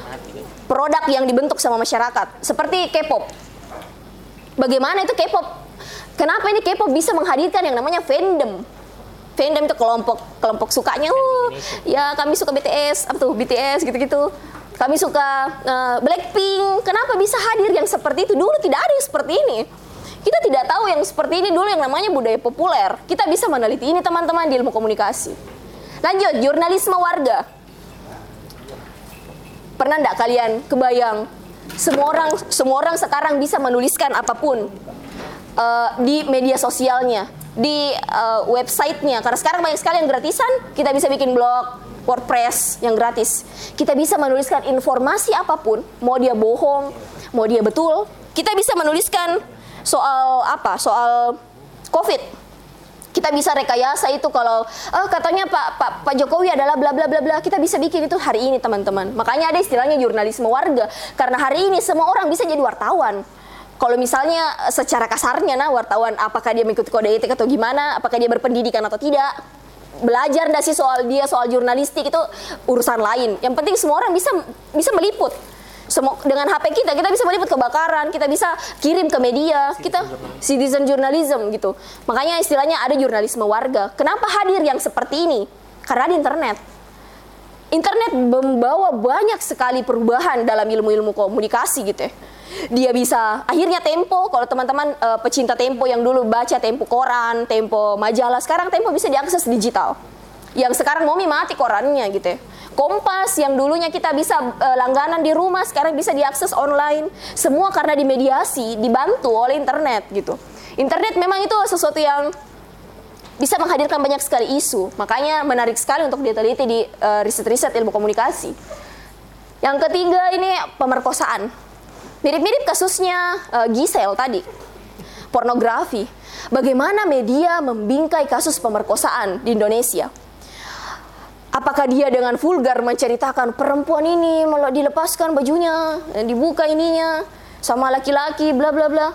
Produk yang dibentuk sama masyarakat. Seperti K-pop. Bagaimana itu K-pop? Kenapa ini K-pop bisa menghadirkan yang namanya fandom? Fandom itu kelompok kelompok sukanya, uh, ya kami suka B T S, apa tuh B T S gitu-gitu. Kami suka uh, Blackpink. Kenapa bisa hadir yang seperti itu? Dulu tidak ada yang seperti ini. Kita tidak tahu yang seperti ini dulu yang namanya budaya populer. Kita bisa meneliti ini teman-teman di ilmu komunikasi. Lanjut, jurnalisme warga. Pernah enggak kalian kebayang semua orang semua orang sekarang bisa menuliskan apapun uh, di media sosialnya, di uh, websitenya, karena sekarang banyak sekali yang gratisan. Kita bisa bikin blog, WordPress yang gratis. Kita bisa menuliskan informasi apapun, mau dia bohong, mau dia betul. Kita bisa menuliskan soal apa? Soal COVID. Kita bisa rekayasa itu kalau oh, katanya Pak, Pak Pak Jokowi adalah bla bla bla bla. Kita bisa bikin itu hari ini teman-teman. Makanya ada istilahnya jurnalisme warga. Karena hari ini semua orang bisa jadi wartawan. Kalau misalnya secara kasarnya nah wartawan apakah dia mengikuti kode etik atau gimana, apakah dia berpendidikan atau tidak, belajar nggak sih soal dia soal jurnalistik itu urusan lain. Yang penting semua orang bisa bisa meliput. Semua dengan H P kita kita bisa meliput kebakaran, kita bisa kirim ke media, kita citizen journalism gitu. Makanya istilahnya ada jurnalisme warga. Kenapa hadir yang seperti ini? Karena di internet. Internet membawa banyak sekali perubahan dalam ilmu-ilmu komunikasi gitu ya. Dia bisa, akhirnya Tempo, kalau teman-teman uh, pecinta Tempo yang dulu baca Tempo koran, Tempo majalah, sekarang Tempo bisa diakses digital. Yang sekarang Momi mati korannya gitu ya. Kompas yang dulunya kita bisa uh, langganan di rumah, sekarang bisa diakses online. Semua karena dimediasi, dibantu oleh internet gitu. Internet memang itu sesuatu yang bisa menghadirkan banyak sekali isu. Makanya menarik sekali untuk diteliti di uh, riset-riset ilmu komunikasi. Yang ketiga ini pemerkosaan. Mirip-mirip kasusnya uh, Giselle tadi, pornografi. Bagaimana media membingkai kasus pemerkosaan di Indonesia? Apakah dia dengan vulgar menceritakan perempuan ini malah dilepaskan bajunya, dibuka ininya sama laki-laki, bla bla bla?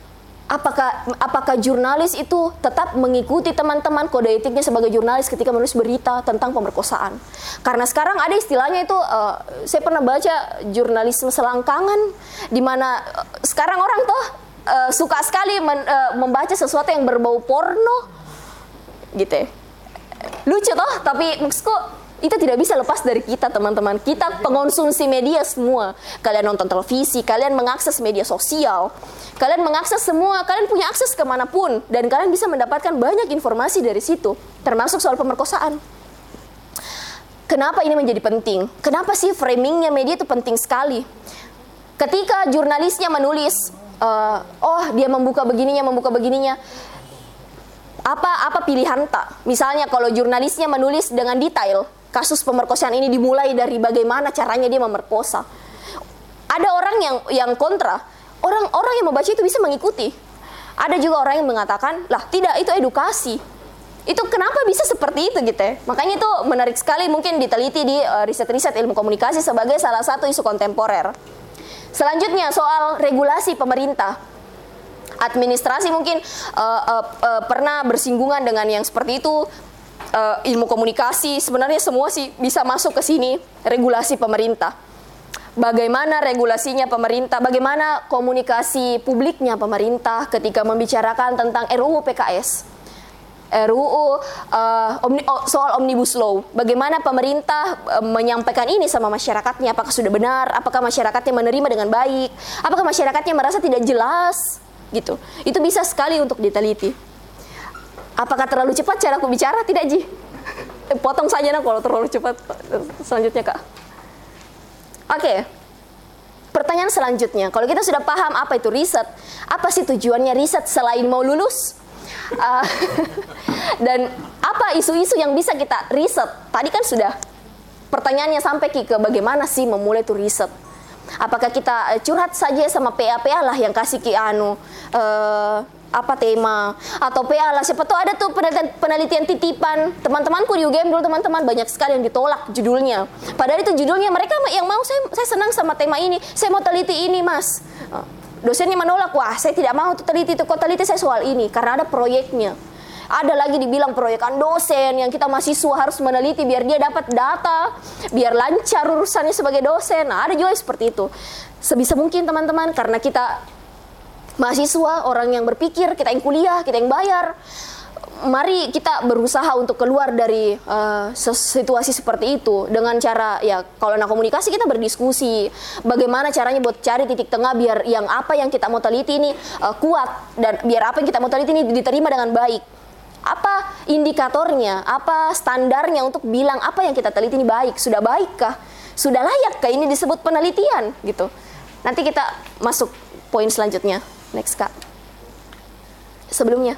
Apakah apakah jurnalis itu tetap mengikuti teman-teman kode etiknya sebagai jurnalis ketika menulis berita tentang pemerkosaan? Karena sekarang ada istilahnya itu, uh, saya pernah baca jurnalisme selangkangan, di mana uh, sekarang orang tuh uh, suka sekali men, uh, membaca sesuatu yang berbau porno, gitu ya. Lucu toh, tapi maksudku itu tidak bisa lepas dari kita teman-teman. Kita pengonsumsi media semua. Kalian nonton televisi, kalian mengakses media sosial, kalian mengakses semua, kalian punya akses kemanapun. Dan kalian bisa mendapatkan banyak informasi dari situ, termasuk soal pemerkosaan. Kenapa ini menjadi penting? Kenapa sih framingnya media itu penting sekali? Ketika jurnalisnya menulis, uh, oh dia membuka begininya, membuka begininya, apa apa pilihan tak? Misalnya kalau jurnalisnya menulis dengan detail, kasus pemerkosaan ini dimulai dari bagaimana caranya dia memerkosa. Ada orang yang yang kontra, orang-orang yang membaca itu bisa mengikuti. Ada juga orang yang mengatakan, lah tidak, itu edukasi. Itu kenapa bisa seperti itu gitu ya. Makanya itu menarik sekali mungkin diteliti di uh, riset-riset ilmu komunikasi sebagai salah satu isu kontemporer. Selanjutnya soal regulasi pemerintah. Administrasi mungkin uh, uh, uh, pernah bersinggungan dengan yang seperti itu. Uh, ilmu komunikasi sebenarnya semua sih bisa masuk ke sini, regulasi pemerintah. Bagaimana regulasinya pemerintah, bagaimana komunikasi publiknya pemerintah ketika membicarakan tentang R U U P K S. R U U uh, omni, oh, soal Omnibus Law. Bagaimana pemerintah uh, menyampaikan ini sama masyarakatnya, apakah sudah benar, apakah masyarakatnya menerima dengan baik, apakah masyarakatnya merasa tidak jelas, gitu. Itu bisa sekali untuk diteliti. Apakah terlalu cepat cara aku bicara? Tidak, Ji. Eh, potong saja nah kalau terlalu cepat. Selanjutnya, Kak. Oke. Pertanyaan selanjutnya, kalau kita sudah paham apa itu riset, apa sih tujuannya riset selain mau lulus? Uh, dan apa isu-isu yang bisa kita riset? Tadi kan sudah pertanyaannya sampai ke bagaimana sih memulai tuh riset. Apakah kita curhat saja sama P A-P A lah yang kasih ke anu uh, apa tema, atau P A lah, siapa tahu ada tuh penelitian, penelitian titipan teman-temanku di U G M dulu, teman-teman banyak sekali yang ditolak judulnya, padahal itu judulnya mereka yang mau, saya saya senang sama tema ini, saya mau teliti ini mas. Dosennya menolak, wah saya tidak mau tuh teliti itu, kok teliti saya soal ini karena ada proyeknya. Ada lagi dibilang proyekan dosen yang kita mahasiswa harus meneliti biar dia dapat data, biar lancar urusannya sebagai dosen. Nah, ada juga seperti itu. Sebisa mungkin teman-teman, karena kita mahasiswa, orang yang berpikir, kita yang kuliah, kita yang bayar, mari kita berusaha untuk keluar dari uh, situasi seperti itu dengan cara, ya kalau anak komunikasi kita berdiskusi bagaimana caranya buat cari titik tengah biar yang apa yang kita mau teliti ini uh, kuat, dan biar apa yang kita mau teliti ini diterima dengan baik. Apa indikatornya, apa standarnya untuk bilang apa yang kita teliti ini baik, sudah baikkah, sudah layakkah ini disebut penelitian gitu. Nanti kita masuk poin selanjutnya. Next, Kak. Sebelumnya.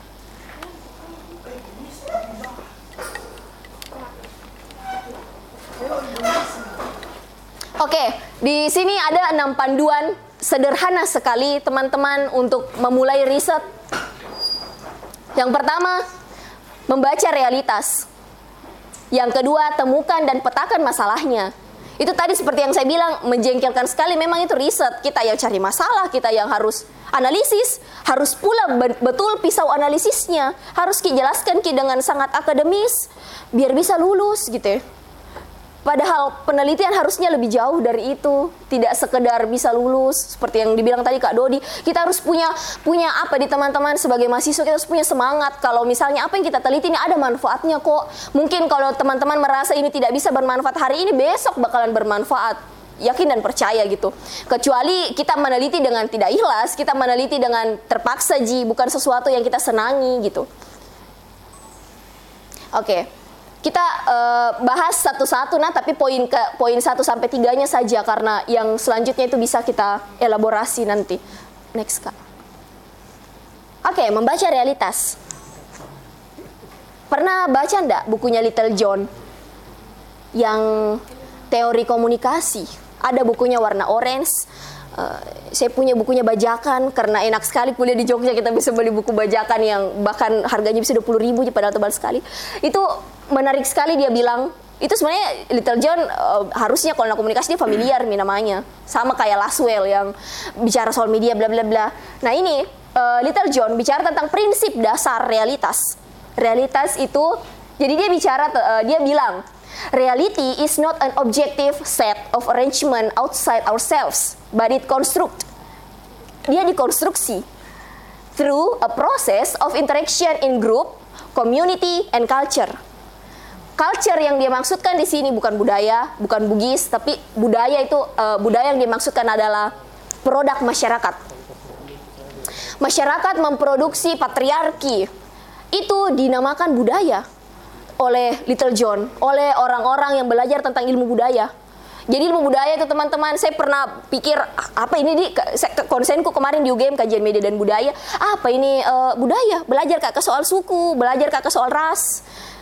Oke, di sini ada enam panduan sederhana sekali teman-teman untuk memulai riset. Yang pertama, membaca realitas. Yang kedua, temukan dan petakan masalahnya. Itu tadi seperti yang saya bilang, menjengkelkan sekali, memang itu riset. Kita yang cari masalah, kita yang harus analisis, harus pula betul pisau analisisnya, harus dijelaskan ki dengan sangat akademis, biar bisa lulus gitu ya. Padahal penelitian harusnya lebih jauh dari itu, tidak sekedar bisa lulus seperti yang dibilang tadi Kak Dodi. Kita harus punya punya apa di teman-teman sebagai mahasiswa, kita harus punya semangat kalau misalnya apa yang kita teliti ini ada manfaatnya kok. Mungkin kalau teman-teman merasa ini tidak bisa bermanfaat hari ini, besok bakalan bermanfaat. Yakin dan percaya gitu. Kecuali kita meneliti dengan tidak ikhlas, kita meneliti dengan terpaksa ji, bukan sesuatu yang kita senangi gitu. Oke. Okay. Kita uh, bahas satu-satu nah, tapi poin ke poin satu sampai tiganya saja karena yang selanjutnya itu bisa kita elaborasi nanti. Next, Kak. Oke, okay, membaca realitas. Pernah baca enggak bukunya Little John yang teori komunikasi? Ada bukunya warna orange. Uh, saya punya bukunya bajakan karena enak sekali kuliah di Jogja, kita bisa beli buku bajakan yang bahkan harganya bisa dua puluh ribu padahal tebal sekali. Itu menarik sekali, dia bilang itu sebenarnya Little John uh, harusnya kalau komunikasi dia familiar nih namanya, sama kayak Laswell yang bicara soal media bla bla bla. Nah ini uh, Little John bicara tentang prinsip dasar realitas. Realitas itu, jadi dia bicara uh, dia bilang reality is not an objective set of arrangement outside ourselves, but it construct. Dia dikonstruksi through a process of interaction in group, community, and culture. Culture yang dia maksudkan di sini bukan budaya, bukan Bugis, tapi budaya itu uh, budaya yang dimaksudkan adalah produk masyarakat. Masyarakat memproduksi patriarki, itu dinamakan budaya oleh Little John, oleh orang-orang yang belajar tentang ilmu budaya. Jadi ilmu budaya itu teman-teman, saya pernah pikir apa ini di konsenku kemarin di U G M kajian media dan budaya, apa ini uh, budaya, belajar kak ke soal suku, belajar kak ke soal ras.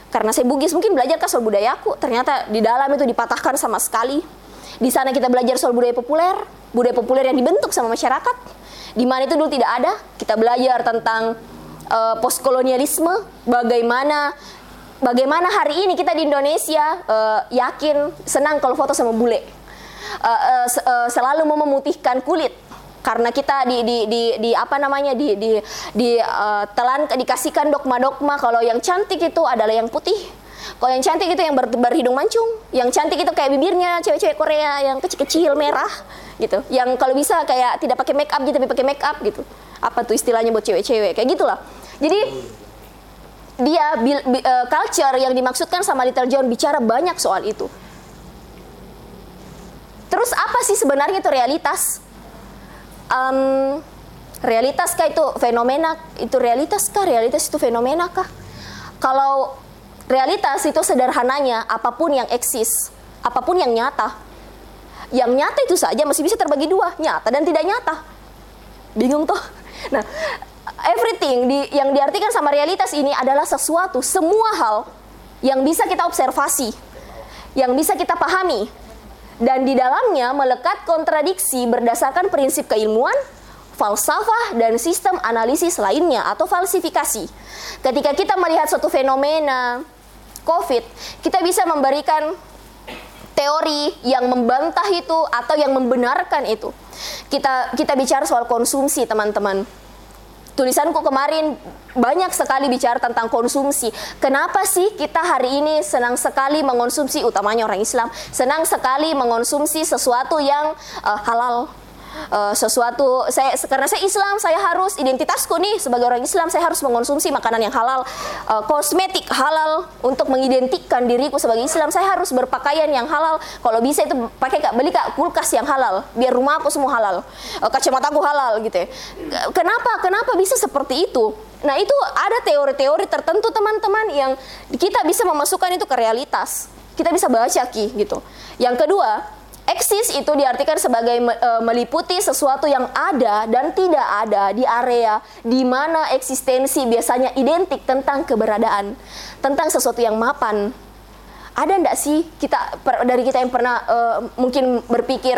Karena saya Bugis, mungkin belajar kan soal budayaku. Ternyata di dalam itu dipatahkan sama sekali. Di sana kita belajar soal budaya populer, budaya populer yang dibentuk sama masyarakat. Di mana itu dulu tidak ada. Kita belajar tentang uh, postkolonialisme, bagaimana bagaimana hari ini kita di Indonesia uh, yakin senang kalau foto sama bule. Uh, uh, uh, selalu mau memutihkan kulit. Karena kita di di di, di apa namanya di di di uh, telan dikasihkan dogma-dogma kalau yang cantik itu adalah yang putih. Kalau yang cantik itu yang ber, berhidung mancung. Yang cantik itu kayak bibirnya cewek-cewek Korea yang kecil-kecil merah gitu. Yang kalau bisa kayak tidak pakai make up gitu tapi pakai make up gitu. Apa tuh istilahnya buat cewek-cewek kayak gitulah. Jadi dia bil, bi, uh, culture yang dimaksudkan sama Little John bicara banyak soal itu. Terus apa sih sebenarnya itu realitas? Um, realitas kah itu fenomena? Itu realitas kah? Realitas itu fenomena kah? Kalau realitas itu sederhananya apapun yang eksis, apapun yang nyata. Yang nyata itu saja masih bisa terbagi dua, nyata dan tidak nyata. Bingung tuh? Nah, everything di, yang diartikan sama realitas ini adalah sesuatu, semua hal yang bisa kita observasi, yang bisa kita pahami. Dan di dalamnya melekat kontradiksi berdasarkan prinsip keilmuan, falsafah, dan sistem analisis lainnya atau falsifikasi. Ketika kita melihat suatu fenomena COVID, kita bisa memberikan teori yang membantah itu atau yang membenarkan itu. Kita kita bicara soal konsumsi, teman-teman. Tulisanku kemarin banyak sekali bicara tentang konsumsi. Kenapa sih kita hari ini senang sekali mengonsumsi, utamanya orang Islam, senang sekali mengonsumsi sesuatu yang uh, halal. Uh, sesuatu saya karena saya Islam, saya harus identitasku nih sebagai orang Islam, saya harus mengonsumsi makanan yang halal, uh, kosmetik halal untuk mengidentikan diriku sebagai Islam. Saya harus berpakaian yang halal, kalau bisa itu pakai kak beli kak kulkas yang halal biar rumah aku semua halal, uh, kacamataku halal gitu ya. Kenapa kenapa bisa seperti itu? Nah, itu ada teori-teori tertentu teman-teman yang kita bisa memasukkan itu ke realitas, kita bisa baca Ki gitu. Yang kedua, eksis itu diartikan sebagai e, meliputi sesuatu yang ada dan tidak ada di area di mana eksistensi biasanya identik tentang keberadaan, tentang sesuatu yang mapan. Ada enggak sih kita per, dari kita yang pernah e, mungkin berpikir,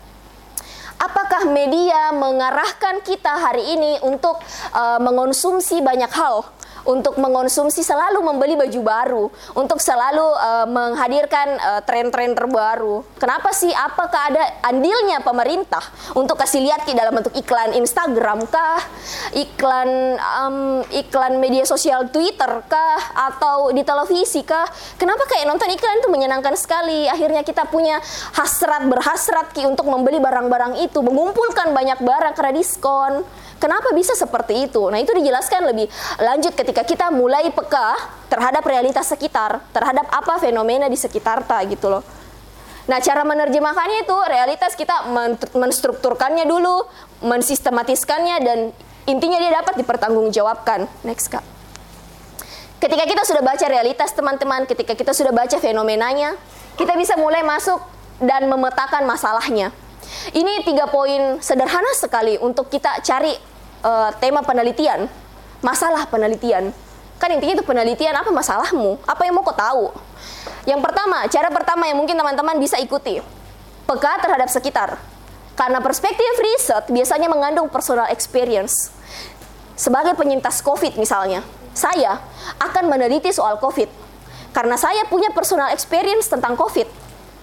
apakah media mengarahkan kita hari ini untuk e, mengonsumsi banyak hal? Untuk mengonsumsi selalu membeli baju baru, untuk selalu uh, menghadirkan uh, tren-tren terbaru. Kenapa sih? Apakah ada andilnya pemerintah untuk kasih lihat di dalam bentuk iklan Instagram kah, iklan um, iklan media sosial Twitter kah, atau di televisi kah? Kenapa kayak nonton iklan itu menyenangkan sekali? Akhirnya kita punya hasrat berhasrat Ki untuk membeli barang-barang itu, mengumpulkan banyak barang karena diskon. Kenapa bisa seperti itu? Nah, itu dijelaskan lebih lanjut ketika kita mulai peka terhadap realitas sekitar, terhadap apa fenomena di sekitar ta gitu loh. Nah, cara menerjemahkannya itu realitas kita men menstrukturkannya dulu, mensistematiskannya, dan intinya dia dapat dipertanggungjawabkan. Next, Kak. Ketika kita sudah baca realitas teman-teman, ketika kita sudah baca fenomenanya, kita bisa mulai masuk dan memetakan masalahnya. Ini tiga poin sederhana sekali untuk kita cari uh, tema penelitian, masalah penelitian. Kan intinya itu penelitian, apa masalahmu? Apa yang mau kau tahu? Yang pertama, cara pertama yang mungkin teman-teman bisa ikuti, peka terhadap sekitar. Karena perspektif riset biasanya mengandung personal experience. Sebagai penyintas COVID misalnya, saya akan meneliti soal COVID. Karena saya punya personal experience tentang COVID.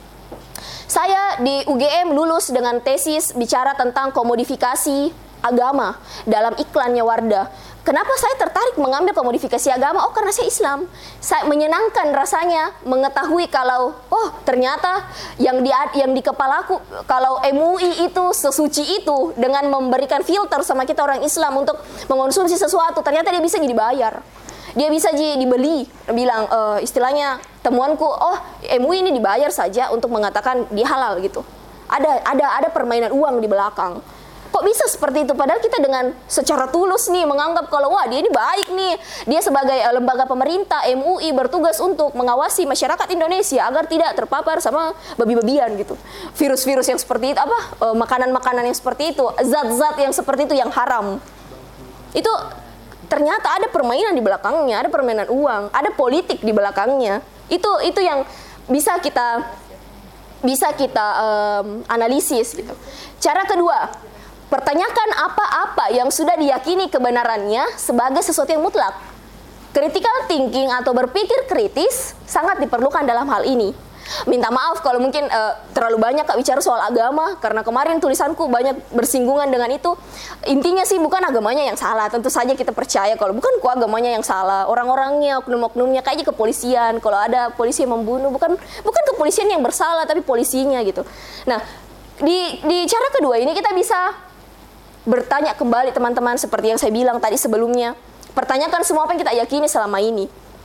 Saya di U G M lulus dengan tesis bicara tentang komodifikasi agama dalam iklannya Wardah. Kenapa saya tertarik mengambil komodifikasi agama? Oh, karena saya Islam. Saya menyenangkan rasanya mengetahui kalau oh ternyata yang di yang di kepalaku kalau M U I itu sesuci itu dengan memberikan filter sama kita orang Islam untuk mengonsumsi sesuatu, ternyata dia bisa jadi bayar. Dia bisa dibeli, bilang uh, istilahnya temuanku, oh M U I ini dibayar saja untuk mengatakan dia halal gitu. Ada ada ada permainan uang di belakang. Kok bisa seperti itu? Padahal kita dengan secara tulus nih menganggap kalau wah dia ini baik nih. Dia sebagai uh, lembaga pemerintah M U I bertugas untuk mengawasi masyarakat Indonesia agar tidak terpapar sama babi-babian gitu. Virus-virus yang seperti itu, apa uh, makanan-makanan yang seperti itu, zat-zat yang seperti itu yang haram. Itu ternyata ada permainan di belakangnya, ada permainan uang, ada politik di belakangnya. Itu itu yang bisa kita bisa kita um, analisis gitu. Cara kedua, pertanyakan apa-apa yang sudah diyakini kebenarannya sebagai sesuatu yang mutlak. Critical thinking atau berpikir kritis sangat diperlukan dalam hal ini. Minta maaf kalau mungkin uh, terlalu banyak Kak bicara soal agama, karena kemarin tulisanku banyak bersinggungan dengan itu. Intinya sih bukan agamanya yang salah, tentu saja kita percaya kalau bukan kok agamanya yang salah, orang-orangnya, oknum-oknumnya, kayaknya kepolisian. Kalau ada polisi yang membunuh, bukan bukan kepolisian yang bersalah, tapi polisinya gitu. Nah, di di cara kedua ini kita bisa bertanya kembali teman-teman seperti yang saya bilang tadi sebelumnya. Pertanyakan semua apa yang kita yakini selama ini.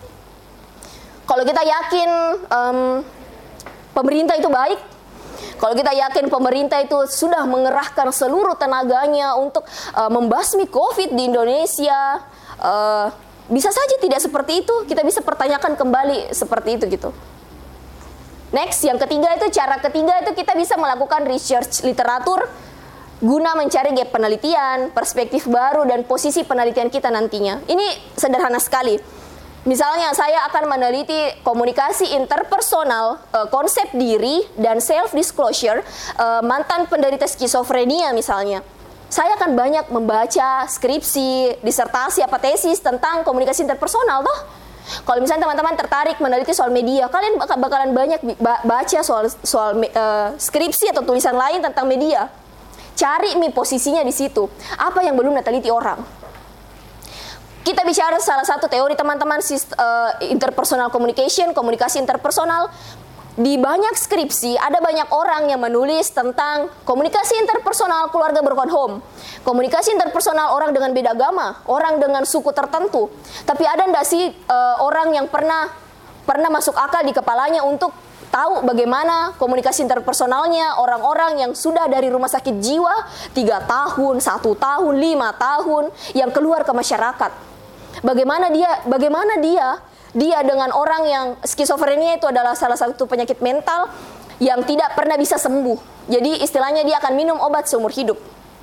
Kalau kita yakin um, pemerintah itu baik, kalau kita yakin pemerintah itu sudah mengerahkan seluruh tenaganya untuk uh, membasmi COVID di Indonesia, uh, bisa saja tidak seperti itu. Kita bisa pertanyakan kembali seperti itu gitu. Next, yang ketiga itu cara ketiga itu kita bisa melakukan research literatur guna mencari gap penelitian, perspektif baru, dan posisi penelitian kita nantinya. Ini sederhana sekali. Misalnya saya akan meneliti komunikasi interpersonal, uh, konsep diri, dan self-disclosure uh, mantan penderita skizofrenia misalnya. Saya akan banyak membaca skripsi, disertasi, apa tesis tentang komunikasi interpersonal toh. Kalau misalnya teman-teman tertarik meneliti soal media, kalian bakalan banyak baca soal soal uh, skripsi atau tulisan lain tentang media. Cari nih posisinya di situ. Apa yang belum diteliti orang? Kita bicara salah satu teori teman-teman uh, interpersonal communication, komunikasi interpersonal. Di banyak skripsi ada banyak orang yang menulis tentang komunikasi interpersonal keluarga broken home, komunikasi interpersonal orang dengan beda agama, orang dengan suku tertentu. Tapi ada nggak sih uh, orang yang pernah pernah masuk akal di kepalanya untuk tahu bagaimana komunikasi interpersonalnya orang-orang yang sudah dari rumah sakit jiwa tiga tahun, satu tahun, lima tahun yang keluar ke masyarakat. Bagaimana dia, bagaimana dia, dia dengan orang yang skizofrenia itu adalah salah satu penyakit mental yang tidak pernah bisa sembuh. Jadi istilahnya dia akan minum obat seumur hidup.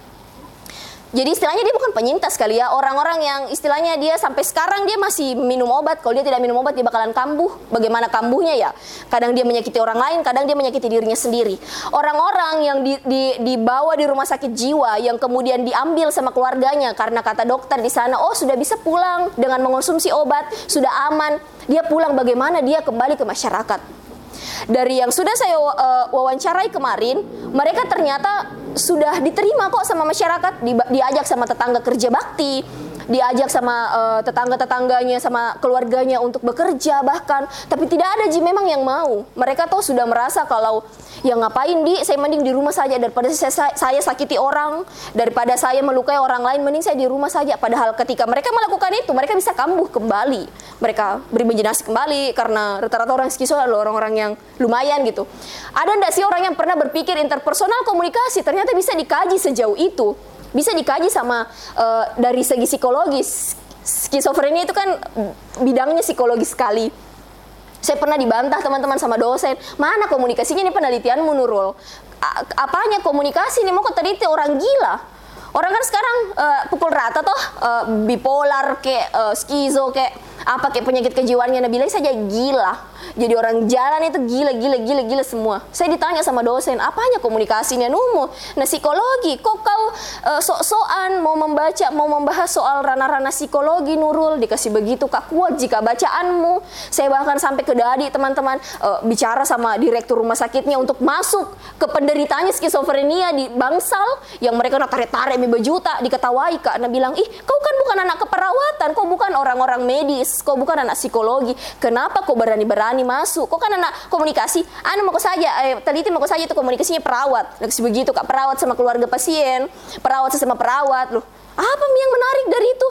Jadi istilahnya dia bukan penyintas kali ya. Orang-orang yang istilahnya dia sampai sekarang dia masih minum obat. Kalau dia tidak minum obat dia bakalan kambuh. Bagaimana kambuhnya ya? Kadang dia menyakiti orang lain, kadang dia menyakiti dirinya sendiri. Orang-orang yang di, di, dibawa di rumah sakit jiwa yang kemudian diambil sama keluarganya karena kata dokter di sana, oh sudah bisa pulang dengan mengonsumsi obat, sudah aman. Dia pulang, bagaimana dia kembali ke masyarakat. Dari yang sudah saya uh, wawancarai kemarin, mereka ternyata sudah diterima kok sama masyarakat, di, diajak sama tetangga kerja bakti, diajak sama uh, tetangga-tetangganya, sama keluarganya untuk bekerja bahkan. Tapi tidak ada Ji memang yang mau. Mereka tuh sudah merasa kalau ya ngapain Di, saya mending di rumah saja daripada saya, saya sakiti orang, daripada saya melukai orang lain, mending saya di rumah saja. Padahal ketika mereka melakukan itu, mereka bisa kambuh kembali. Mereka berimajinasi kembali karena rata-rata orang skizo adalah orang-orang yang lumayan gitu. Ada enggak sih orang yang pernah berpikir interpersonal komunikasi ternyata bisa dikaji sejauh itu? Bisa dikaji sama uh, dari segi psikologis. Skizofrenia itu kan bidangnya psikologis sekali. Saya pernah dibantah teman-teman sama dosen, mana komunikasinya ini penelitianmu Nurul? A- apanya komunikasi ini mau kau teliti orang gila? Orang kan sekarang uh, pukul rata toh uh, bipolar kayak uh, skizo kayak apa kayak penyakit kejiwaannya, nah bilang saja gila. Jadi orang jalan itu gila gila gila gila semua. Saya ditanya sama dosen, apanya komunikasinya Numu? Nah psikologi, kok kau uh, sok-sokan mau membaca, mau membahas soal ranah-ranah psikologi Nurul? Dikasih begitu Kak, kuat jika bacaanmu. Saya bahkan sampai ke Dadi teman-teman uh, bicara sama direktur rumah sakitnya untuk masuk ke penderitanya skizofrenia di Bangsal yang mereka nak tarik-tarik berjuta, diketawai Kak. Nah bilang, ih kau kan bukan anak keperawatan, kau bukan orang-orang medis, kau bukan anak psikologi, kenapa kau berani-berani masuk? Kau kan anak komunikasi, anu mau kau saja, eh, teliti mau kau saja itu komunikasinya perawat. Nah begitu Kak, perawat sama keluarga pasien, perawat sesama perawat. Loh, apa yang menarik dari itu?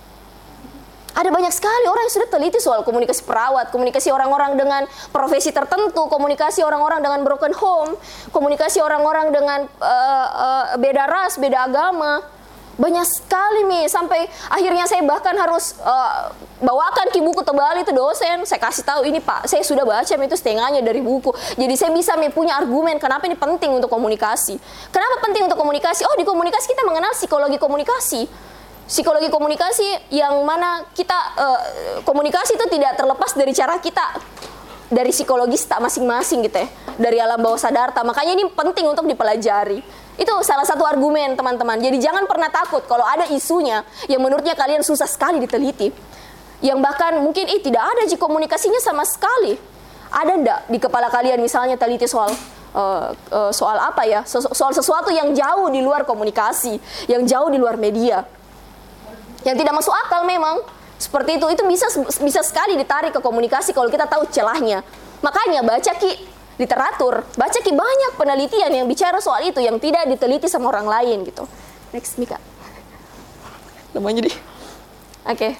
Ada banyak sekali orang yang sudah teliti soal komunikasi perawat, komunikasi orang-orang dengan profesi tertentu, komunikasi orang-orang dengan broken home, komunikasi orang-orang dengan uh, uh, beda ras, beda agama. Banyak sekali nih, sampai akhirnya saya bahkan harus uh, bawakan ki buku tebal itu dosen. Saya kasih tahu ini Pak, saya sudah baca itu setengahnya dari buku. Jadi saya bisa nih punya argumen kenapa ini penting untuk komunikasi. Kenapa penting untuk komunikasi? Oh di komunikasi kita mengenal psikologi komunikasi. Psikologi komunikasi yang mana kita uh, komunikasi itu tidak terlepas dari cara kita, dari psikologis tak masing-masing gitu ya, dari alam bawah sadar. Makanya ini penting untuk dipelajari. Itu salah satu argumen teman-teman. Jadi jangan pernah takut kalau ada isunya yang menurutnya kalian susah sekali diteliti, yang bahkan mungkin ih tidak ada sih komunikasinya sama sekali. Ada ndak di kepala kalian misalnya teliti soal uh, uh, soal apa ya, soal sesuatu yang jauh di luar komunikasi, yang jauh di luar media, yang tidak masuk akal memang seperti itu. Itu bisa bisa sekali ditarik ke komunikasi kalau kita tahu celahnya. Makanya baca ki literatur, baca ki banyak penelitian yang bicara soal itu yang tidak diteliti sama orang lain gitu. Next Mika, namanya deh. Oke, okay.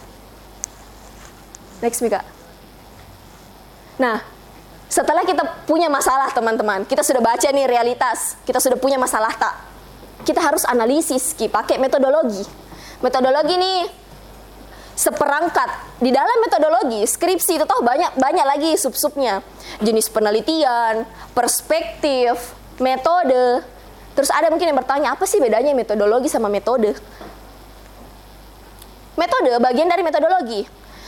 Next Mika. Nah, setelah kita punya masalah teman-teman, kita sudah baca nih realitas, kita sudah punya masalah tak, kita harus analisis ki pakai metodologi. Metodologi nih seperangkat di dalam metodologi skripsi itu toh banyak banyak lagi sub-subnya, jenis penelitian, perspektif, metode. Terus ada mungkin yang bertanya, apa sih bedanya metodologi sama metode? Metode bagian dari metodologi.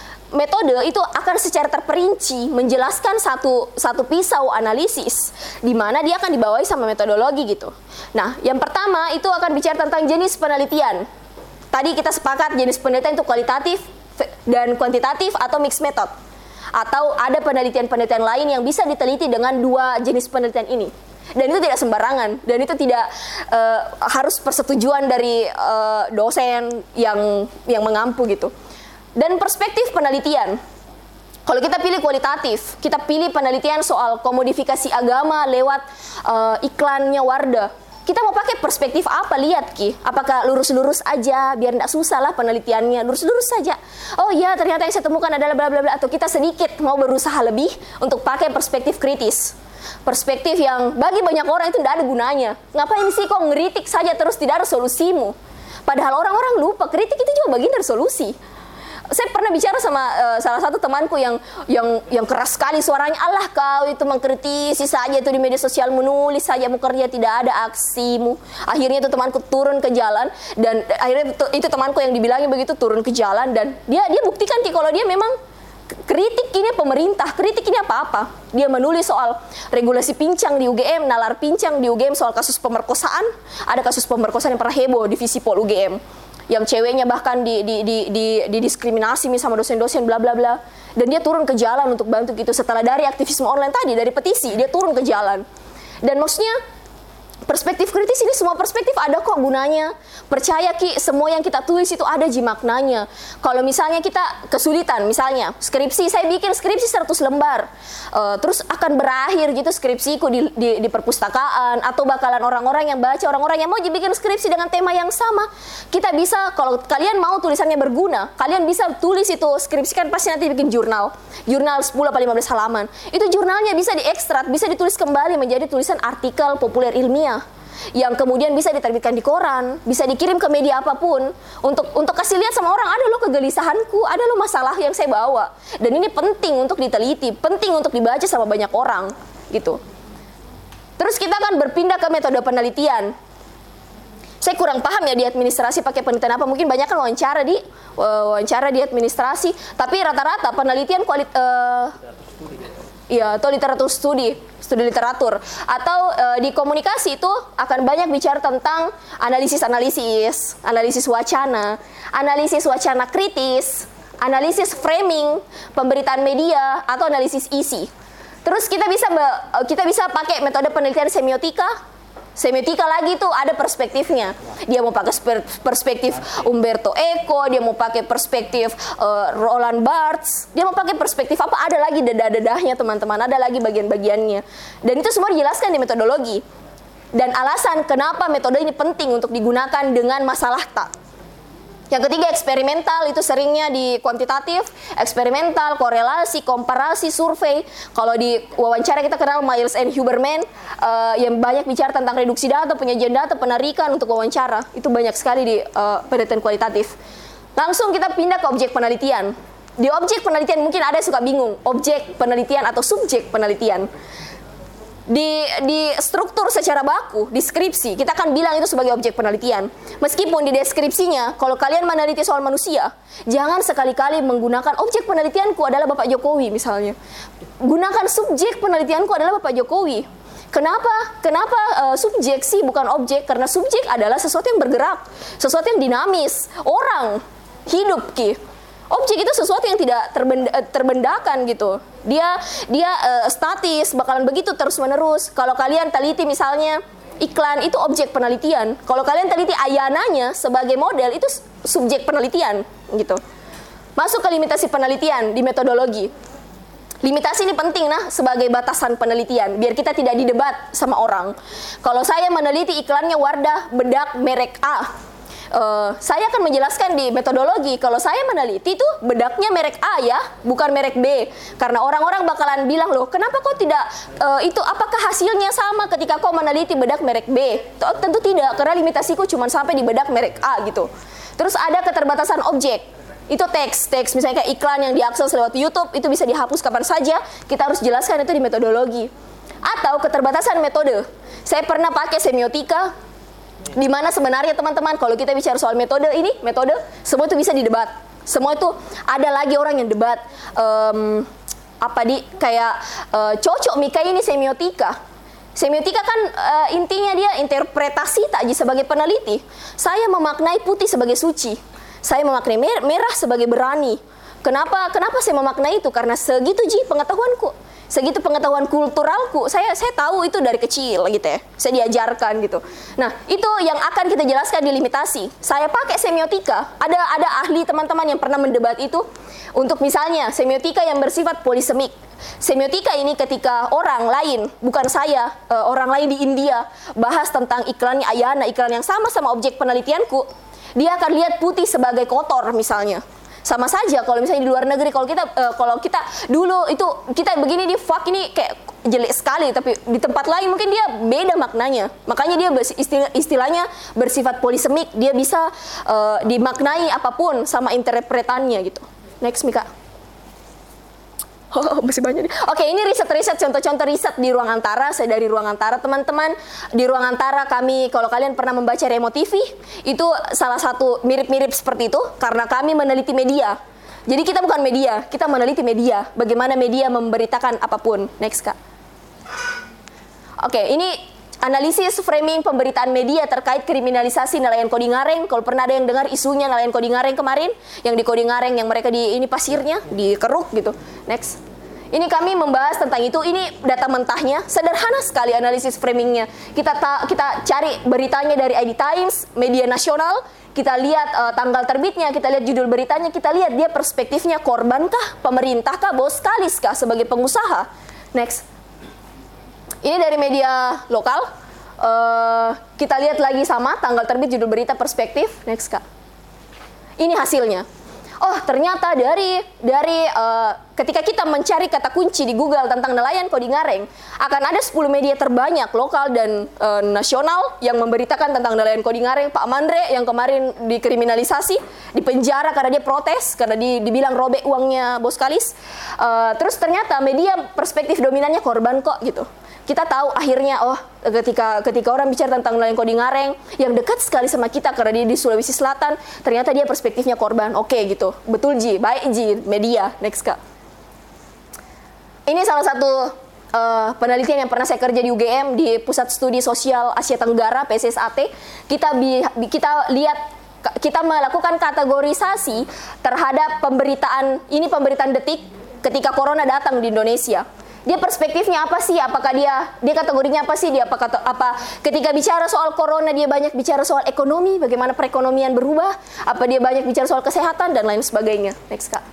Metode itu akan secara terperinci menjelaskan satu satu pisau analisis di mana dia akan dibawahi sama metodologi gitu. Nah, yang pertama itu akan bicara tentang jenis penelitian. Tadi kita sepakat jenis penelitian itu kualitatif dan kuantitatif atau mixed method. Atau ada penelitian-penelitian lain yang bisa diteliti dengan dua jenis penelitian ini. Dan itu tidak sembarangan, dan itu tidak uh, harus persetujuan dari uh, dosen yang yang mengampu gitu. Dan perspektif penelitian. Kalau kita pilih kualitatif, kita pilih penelitian soal komodifikasi agama lewat uh, iklannya Wardah. Kita mau pakai perspektif apa? Lihat ki, apakah lurus-lurus aja biar tidak susah lah penelitiannya, lurus-lurus saja. Oh iya, ternyata yang saya temukan adalah bla bla bla. Atau kita sedikit mau berusaha lebih untuk pakai perspektif kritis, perspektif yang bagi banyak orang itu tidak ada gunanya. Ngapain sih kok ngeritik saja terus tidak ada solusimu? Padahal orang-orang lupa kritik itu juga bagian dari solusi. Saya pernah bicara sama uh, salah satu temanku yang yang yang keras sekali suaranya, Allah kau itu mengkritisi saja itu di media sosial, menulis saja, mau kerja tidak ada aksimu. Akhirnya itu temanku turun ke jalan, dan akhirnya itu, itu temanku yang dibilangnya begitu turun ke jalan, dan dia dia buktikan ki kalau dia memang kritik ini pemerintah, kritik ini apa-apa. Dia menulis soal regulasi pincang di U G M, nalar pincang di U G M soal kasus pemerkosaan. Ada kasus pemerkosaan yang pernah heboh di Visipol U G M. Yang ceweknya bahkan di, di, di, di, didiskriminasi sama dosen-dosen bla bla bla, dan dia turun ke jalan untuk bantu gitu. Setelah dari aktivisme online tadi, dari petisi, dia turun ke jalan. Dan maksudnya perspektif kritis ini semua perspektif ada kok gunanya. Percaya ki, semua yang kita tulis itu ada ji maknanya. Kalau misalnya kita kesulitan, misalnya skripsi, saya bikin skripsi seratus lembar, uh, terus akan berakhir gitu skripsiku di, di, di perpustakaan, atau bakalan orang-orang yang baca, orang-orang yang mau bikin skripsi dengan tema yang sama. Kita bisa, kalau kalian mau tulisannya berguna, kalian bisa tulis itu skripsi, kan pasti nanti bikin jurnal, jurnal sepuluh atau lima belas halaman. Itu jurnalnya bisa diekstrak, bisa ditulis kembali menjadi tulisan artikel populer ilmiah, yang kemudian bisa diterbitkan di koran, bisa dikirim ke media apapun, untuk untuk kasih lihat sama orang, ada loh kegelisahanku, ada loh masalah yang saya bawa, dan ini penting untuk diteliti, penting untuk dibaca sama banyak orang gitu. Terus kita akan berpindah ke metode penelitian. Saya kurang paham ya di administrasi pakai penelitian apa, mungkin banyak kan wawancara di wawancara di administrasi, tapi rata-rata penelitian kualit uh, Iya, atau literatur studi, studi literatur. Atau e, di komunikasi itu akan banyak bicara tentang analisis-analisis, analisis wacana, analisis wacana kritis, analisis framing, pemberitaan media, atau analisis isi. Terus kita bisa kita bisa pakai metode penelitian semiotika. Semiotika lagi tuh ada perspektifnya. Dia mau pakai perspektif Umberto Eco, dia mau pakai perspektif uh, Roland Barthes, dia mau pakai perspektif apa? Ada lagi dedah-dedahnya teman-teman, ada lagi bagian-bagiannya. Dan itu semua dijelaskan di metodologi. Dan alasan kenapa metode ini penting untuk digunakan dengan masalah tak. Yang ketiga eksperimental, itu seringnya di kuantitatif, eksperimental, korelasi, komparasi, survei. Kalau di wawancara kita kenal Myers and Huberman, uh, yang banyak bicara tentang reduksi data, penyajian data, penarikan untuk wawancara. Itu banyak sekali di uh, penelitian kualitatif. Langsung kita pindah ke objek penelitian. Di objek penelitian mungkin ada yang suka bingung, objek penelitian atau subjek penelitian. di di struktur secara baku, di skripsi, kita akan bilang itu sebagai objek penelitian. Meskipun di deskripsinya, kalau kalian meneliti soal manusia, jangan sekali-kali menggunakan objek penelitianku adalah Bapak Jokowi misalnya. Gunakan subjek penelitianku adalah Bapak Jokowi. Kenapa? Kenapa uh, subjek sih bukan objek? Karena subjek adalah sesuatu yang bergerak, sesuatu yang dinamis, orang, hidup ki. Objek itu sesuatu yang tidak terbenda, terbendakan gitu. Dia dia uh, statis, bakalan begitu terus-menerus. Kalau kalian teliti misalnya iklan itu objek penelitian. Kalau kalian teliti ayananya sebagai model itu subjek penelitian gitu. Masuk ke limitasi penelitian di metodologi. Limitasi ini penting nah sebagai batasan penelitian biar kita tidak didebat sama orang. Kalau saya meneliti iklannya Wardah bedak merek A, Uh, saya akan menjelaskan di metodologi kalau saya meneliti itu bedaknya merek A ya, bukan merek B. Karena orang-orang bakalan bilang loh, kenapa kok tidak uh, itu apakah hasilnya sama ketika kau meneliti bedak merek B? Tentu tidak, karena limitasiku cuma sampai di bedak merek A gitu. Terus ada keterbatasan objek. Itu teks, teks misalnya kayak iklan yang diakses lewat YouTube itu bisa dihapus kapan saja. Kita harus jelaskan itu di metodologi. Atau keterbatasan metode. Saya pernah pakai semiotika. Di mana sebenarnya teman-teman kalau kita bicara soal metode ini, metode semua itu bisa didebat. Semua itu ada lagi orang yang debat um, apa di kayak uh, cocok Mika ini semiotika. Semiotika kan uh, intinya dia interpretasi takji sebagai peneliti. Saya memaknai putih sebagai suci. Saya memaknai mer merah sebagai berani. Kenapa? Kenapa saya memaknai itu? Karena segitu ji pengetahuanku. Segitu pengetahuan kulturalku, saya saya tahu itu dari kecil gitu ya. Saya diajarkan gitu. Nah, itu yang akan kita jelaskan di limitasi. Saya pakai semiotika. Ada ada ahli teman-teman yang pernah mendebat itu untuk misalnya semiotika yang bersifat polisemik. Semiotika ini ketika orang lain, bukan saya, uh, orang lain di India bahas tentang iklannya Ayana, iklan yang sama sama objek penelitianku, dia akan lihat putih sebagai kotor misalnya. Sama saja kalau misalnya di luar negeri, kalau kita uh, kalau kita dulu itu kita begini di fuck ini kayak jelek sekali, tapi di tempat lain mungkin dia beda maknanya. Makanya dia istilah, istilahnya bersifat polisemik, dia bisa uh, dimaknai apapun sama interpretannya gitu. Next Mika. Oh, masih banyak nih. Oke, ini riset-riset, contoh-contoh riset di ruang antara. Saya dari ruang antara, teman-teman. Di ruang antara kami, kalau kalian pernah membaca Remo T V, itu salah satu mirip-mirip seperti itu, karena kami meneliti media. Jadi kita bukan media, kita meneliti media. Bagaimana media memberitakan apapun. Next, Kak. Oke, ini analisis framing pemberitaan media terkait kriminalisasi nelayan Kodingareng. Kalau pernah ada yang dengar isunya nelayan Kodingareng kemarin, yang di Kodingareng yang mereka di ini pasirnya dikeruk gitu. Next. Ini kami membahas tentang itu. Ini data mentahnya, sederhana sekali analisis framingnya. Kita ta kita cari beritanya dari I D Times, media nasional. Kita lihat uh, tanggal terbitnya, kita lihat judul beritanya, kita lihat dia perspektifnya korbankah, pemerintahkah, bos kaliskah sebagai pengusaha. Next. Ini dari media lokal. Uh, kita lihat lagi sama tanggal terbit, judul berita, perspektif. Next, Kak. Ini hasilnya. Oh, ternyata dari dari uh, ketika kita mencari kata kunci di Google tentang nelayan Kodingareng, akan ada sepuluh media terbanyak lokal dan uh, nasional yang memberitakan tentang nelayan Kodingareng. Pak Mandre yang kemarin dikriminalisasi, dipenjara karena dia protes, karena di, dibilang robek uangnya bos kalis. Uh, terus ternyata media perspektif dominannya korban kok gitu. Kita tahu akhirnya oh ketika ketika orang bicara tentang nelayan Kodingareng yang dekat sekali sama kita karena dia di Sulawesi Selatan, ternyata dia perspektifnya korban. Oke gitu. Betul Ji, baik Ji, media. Next, Kak. Ini salah satu uh, penelitian yang pernah saya kerja di U G M di Pusat Studi Sosial Asia Tenggara P S S A T. Kita bi, kita lihat kita melakukan kategorisasi terhadap pemberitaan ini pemberitaan detik ketika corona datang di Indonesia. Dia perspektifnya apa sih? Apakah dia dia kategorinya apa sih? Dia apa apa ketika bicara soal corona dia banyak bicara soal ekonomi, bagaimana perekonomian berubah? Apa dia banyak bicara soal kesehatan dan lain sebagainya? Next, Kak.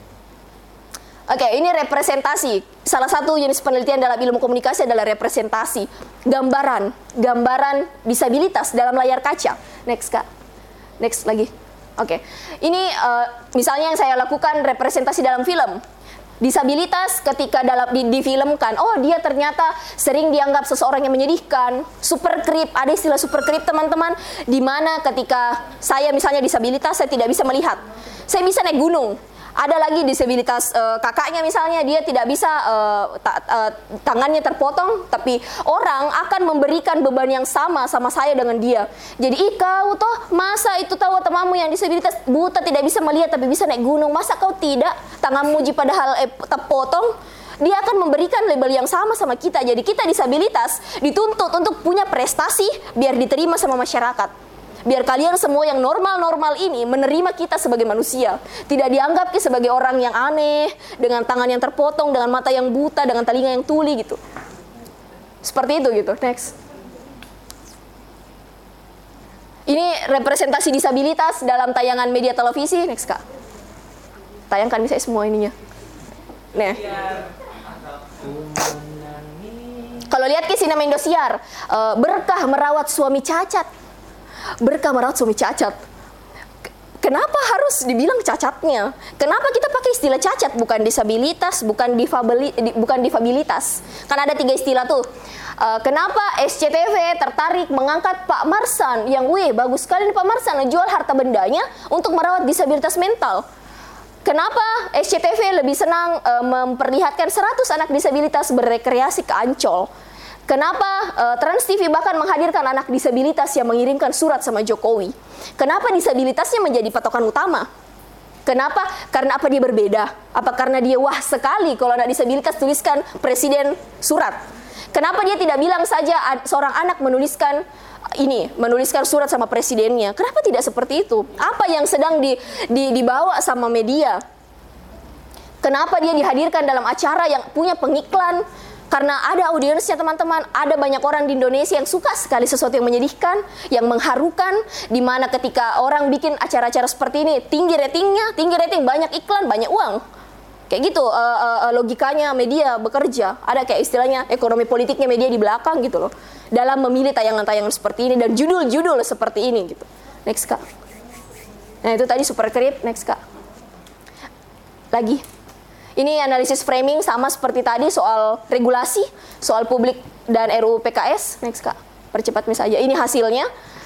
Oke, ini representasi. Salah satu jenis penelitian dalam ilmu komunikasi adalah representasi, gambaran, gambaran disabilitas dalam layar kaca. Next, Kak. Next lagi. Oke. Ini uh, misalnya yang saya lakukan representasi dalam film. Disabilitas ketika dalam di, difilmkan, oh dia ternyata sering dianggap seseorang yang menyedihkan, super creep, ada istilah super creep teman-teman, di mana ketika saya misalnya disabilitas, saya tidak bisa melihat, saya bisa naik gunung, Ada lagi disabilitas uh, kakaknya misalnya, dia tidak bisa uh, ta uh, tangannya terpotong, tapi orang akan memberikan beban yang sama sama saya dengan dia. Jadi, ih kau toh masa itu tahu temanmu yang disabilitas buta tidak bisa melihat tapi bisa naik gunung, masa kau tidak? Tanganmu ji padahal eh, terpotong. Dia akan memberikan label yang sama sama kita. Jadi kita disabilitas dituntut untuk punya prestasi biar diterima sama masyarakat. Biar kalian semua yang normal-normal ini menerima kita sebagai manusia. Tidak dianggap sebagai orang yang aneh, dengan tangan yang terpotong, dengan mata yang buta, dengan telinga yang tuli gitu. Seperti itu gitu. Next. Ini representasi disabilitas dalam tayangan media televisi. Next Kak. Tayangkan bisa semua ininya. Nah. Kalau lihat ke sinema Indosiar, uh, berkah merawat suami cacat. Berkah merawat suami cacat. Kenapa harus dibilang cacatnya? Kenapa kita pakai istilah cacat, bukan disabilitas, bukan difabili, di, bukan difabilitas? Kan ada tiga istilah tuh. Uh, kenapa S C T V tertarik mengangkat Pak Marsan yang, wih bagus sekali nih Pak Marsan ngejual harta bendanya untuk merawat disabilitas mental? Kenapa S C T V lebih senang uh, memperlihatkan seratus anak disabilitas berrekreasi ke Ancol? Kenapa uh, Trans T V bahkan menghadirkan anak disabilitas yang mengirimkan surat sama Jokowi? Kenapa disabilitasnya menjadi patokan utama? Kenapa? Karena apa dia berbeda? Apa karena dia wah sekali kalau anak disabilitas tuliskan presiden surat? Kenapa dia tidak bilang saja seorang anak menuliskan ini, menuliskan surat sama presidennya? Kenapa tidak seperti itu? Apa yang sedang di, di, dibawa sama media? Kenapa dia dihadirkan dalam acara yang punya pengiklan? Karena ada audiensnya teman-teman, ada banyak orang di Indonesia yang suka sekali sesuatu yang menyedihkan, yang mengharukan, di mana ketika orang bikin acara-acara seperti ini, tinggi ratingnya, tinggi rating, banyak iklan, banyak uang. Kayak gitu uh, uh, logikanya media bekerja. Ada kayak istilahnya ekonomi politiknya media di belakang gitu loh. Dalam memilih tayangan-tayangan seperti ini dan judul-judul seperti ini gitu. Next Kak. Nah itu tadi super creep, next Kak. Lagi. Ini analisis framing sama seperti tadi soal regulasi, soal publik dan R U U P K S. Next Kak, percepat misalnya. Ini hasilnya.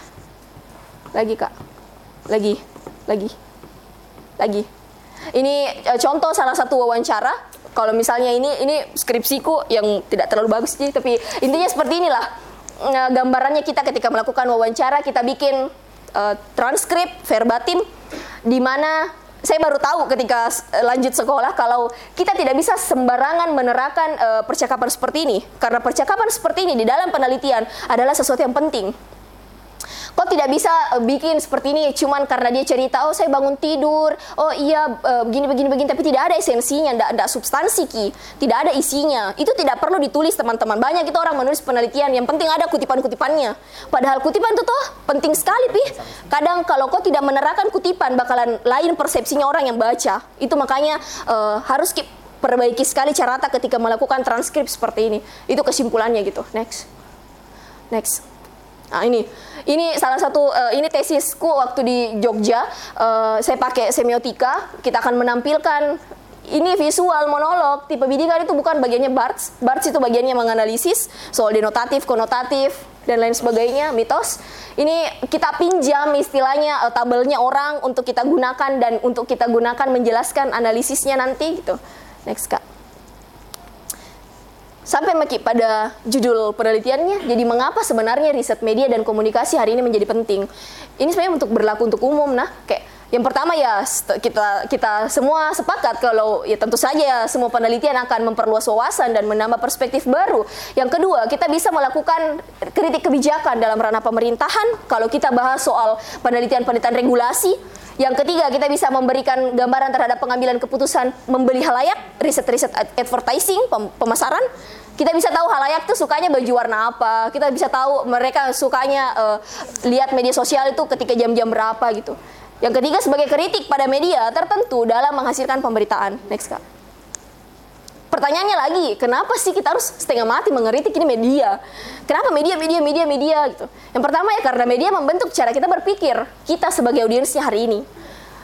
Lagi Kak, lagi, lagi, lagi. Ini uh, contoh salah satu wawancara. Kalau misalnya ini ini skripsiku yang tidak terlalu bagus sih, tapi intinya seperti inilah. Uh, gambarannya kita ketika melakukan wawancara, kita bikin uh, transkrip verbatim di mana saya baru tahu ketika lanjut sekolah kalau kita tidak bisa sembarangan menerapkan uh, percakapan seperti ini. Karena percakapan seperti ini di dalam penelitian adalah sesuatu yang penting. Kok tidak bisa uh, bikin seperti ini cuman karena dia cerita, oh saya bangun tidur, oh iya uh, begini begini begini, tapi tidak ada esensinya, tidak ada substansi ki, tidak ada isinya. Itu tidak perlu ditulis teman-teman. Banyak itu orang menulis penelitian, yang penting ada kutipan-kutipannya. Padahal kutipan itu toh penting sekali pi. Kadang kalau kau tidak menerapkan kutipan bakalan lain persepsinya orang yang baca. Itu makanya uh, harus ki perbaiki sekali carata ketika melakukan transkrip seperti ini. Itu kesimpulannya gitu. Next, next. Nah ini, ini salah satu, uh, ini tesisku waktu di Jogja, uh, saya pakai semiotika, kita akan menampilkan, ini visual monolog, tipe bidikan itu bukan bagiannya Barthes, Barthes itu bagiannya menganalisis, soal denotatif, konotatif, dan lain sebagainya, mitos. Ini kita pinjam istilahnya, uh, tabelnya orang untuk kita gunakan, dan untuk kita gunakan menjelaskan analisisnya nanti gitu. Next Kak. Sampai Maki pada judul penelitiannya, jadi mengapa sebenarnya riset media dan komunikasi hari ini menjadi penting? Ini sebenarnya untuk berlaku untuk umum, nah kayak yang pertama ya kita kita semua sepakat kalau ya tentu saja semua penelitian akan memperluas wawasan dan menambah perspektif baru. Yang kedua, kita bisa melakukan kritik kebijakan dalam ranah pemerintahan kalau kita bahas soal penelitian-penelitian regulasi. Yang ketiga, kita bisa memberikan gambaran terhadap pengambilan keputusan membeli halayak, riset-riset advertising, pemasaran. Kita bisa tahu halayak tuh sukanya baju warna apa. Kita bisa tahu mereka sukanya uh, lihat media sosial itu ketika jam-jam berapa gitu. Yang ketiga, sebagai kritik pada media tertentu dalam menghasilkan pemberitaan. Next Kak. Pertanyaannya lagi, kenapa sih kita harus setengah mati mengkritik ini media? Kenapa media, media, media, media gitu? Yang pertama ya karena media membentuk cara kita berpikir, kita sebagai audiensnya hari ini.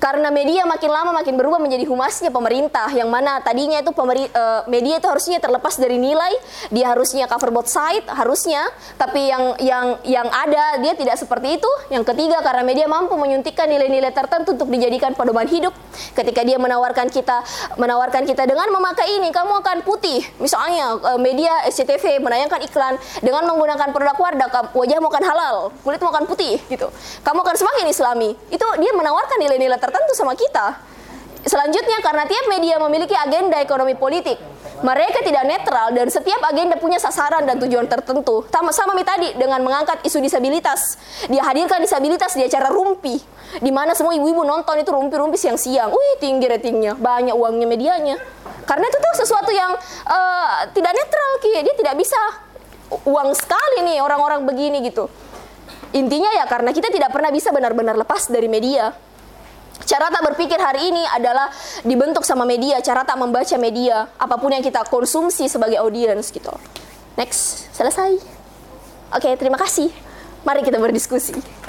Karena media makin lama makin berubah menjadi humasnya pemerintah, yang mana tadinya itu pemeri, uh, media itu harusnya terlepas dari nilai, dia harusnya cover both side, harusnya, tapi yang yang yang ada dia tidak seperti itu. Yang ketiga, karena media mampu menyuntikkan nilai-nilai tertentu untuk dijadikan pedoman hidup. Ketika dia menawarkan kita menawarkan kita dengan memakai ini kamu akan putih. Misalnya uh, media S C T V menayangkan iklan dengan menggunakan produk Wardah, wajahmu akan halal, kulitmu akan putih gitu. Kamu akan semakin islami. Itu dia menawarkan nilai-nilai tertentu tentu sama kita. Selanjutnya, karena tiap media memiliki agenda ekonomi politik, mereka tidak netral dan setiap agenda punya sasaran dan tujuan tertentu. Sama-sama tadi dengan mengangkat isu disabilitas, dia hadirkan disabilitas di acara rumpi, di mana semua ibu-ibu nonton itu rumpi-rumpi siang-siang. Wih, tinggi ratingnya, banyak uangnya medianya. Karena itu tuh sesuatu yang uh, tidak netral, Ki. Dia tidak bisa uang sekali nih orang-orang begini gitu. Intinya ya karena kita tidak pernah bisa benar-benar lepas dari media. Cara tak berpikir hari ini adalah dibentuk sama media, cara tak membaca media, apapun yang kita konsumsi sebagai audiens gitu. Next, selesai. Oke, terima kasih. Mari kita berdiskusi.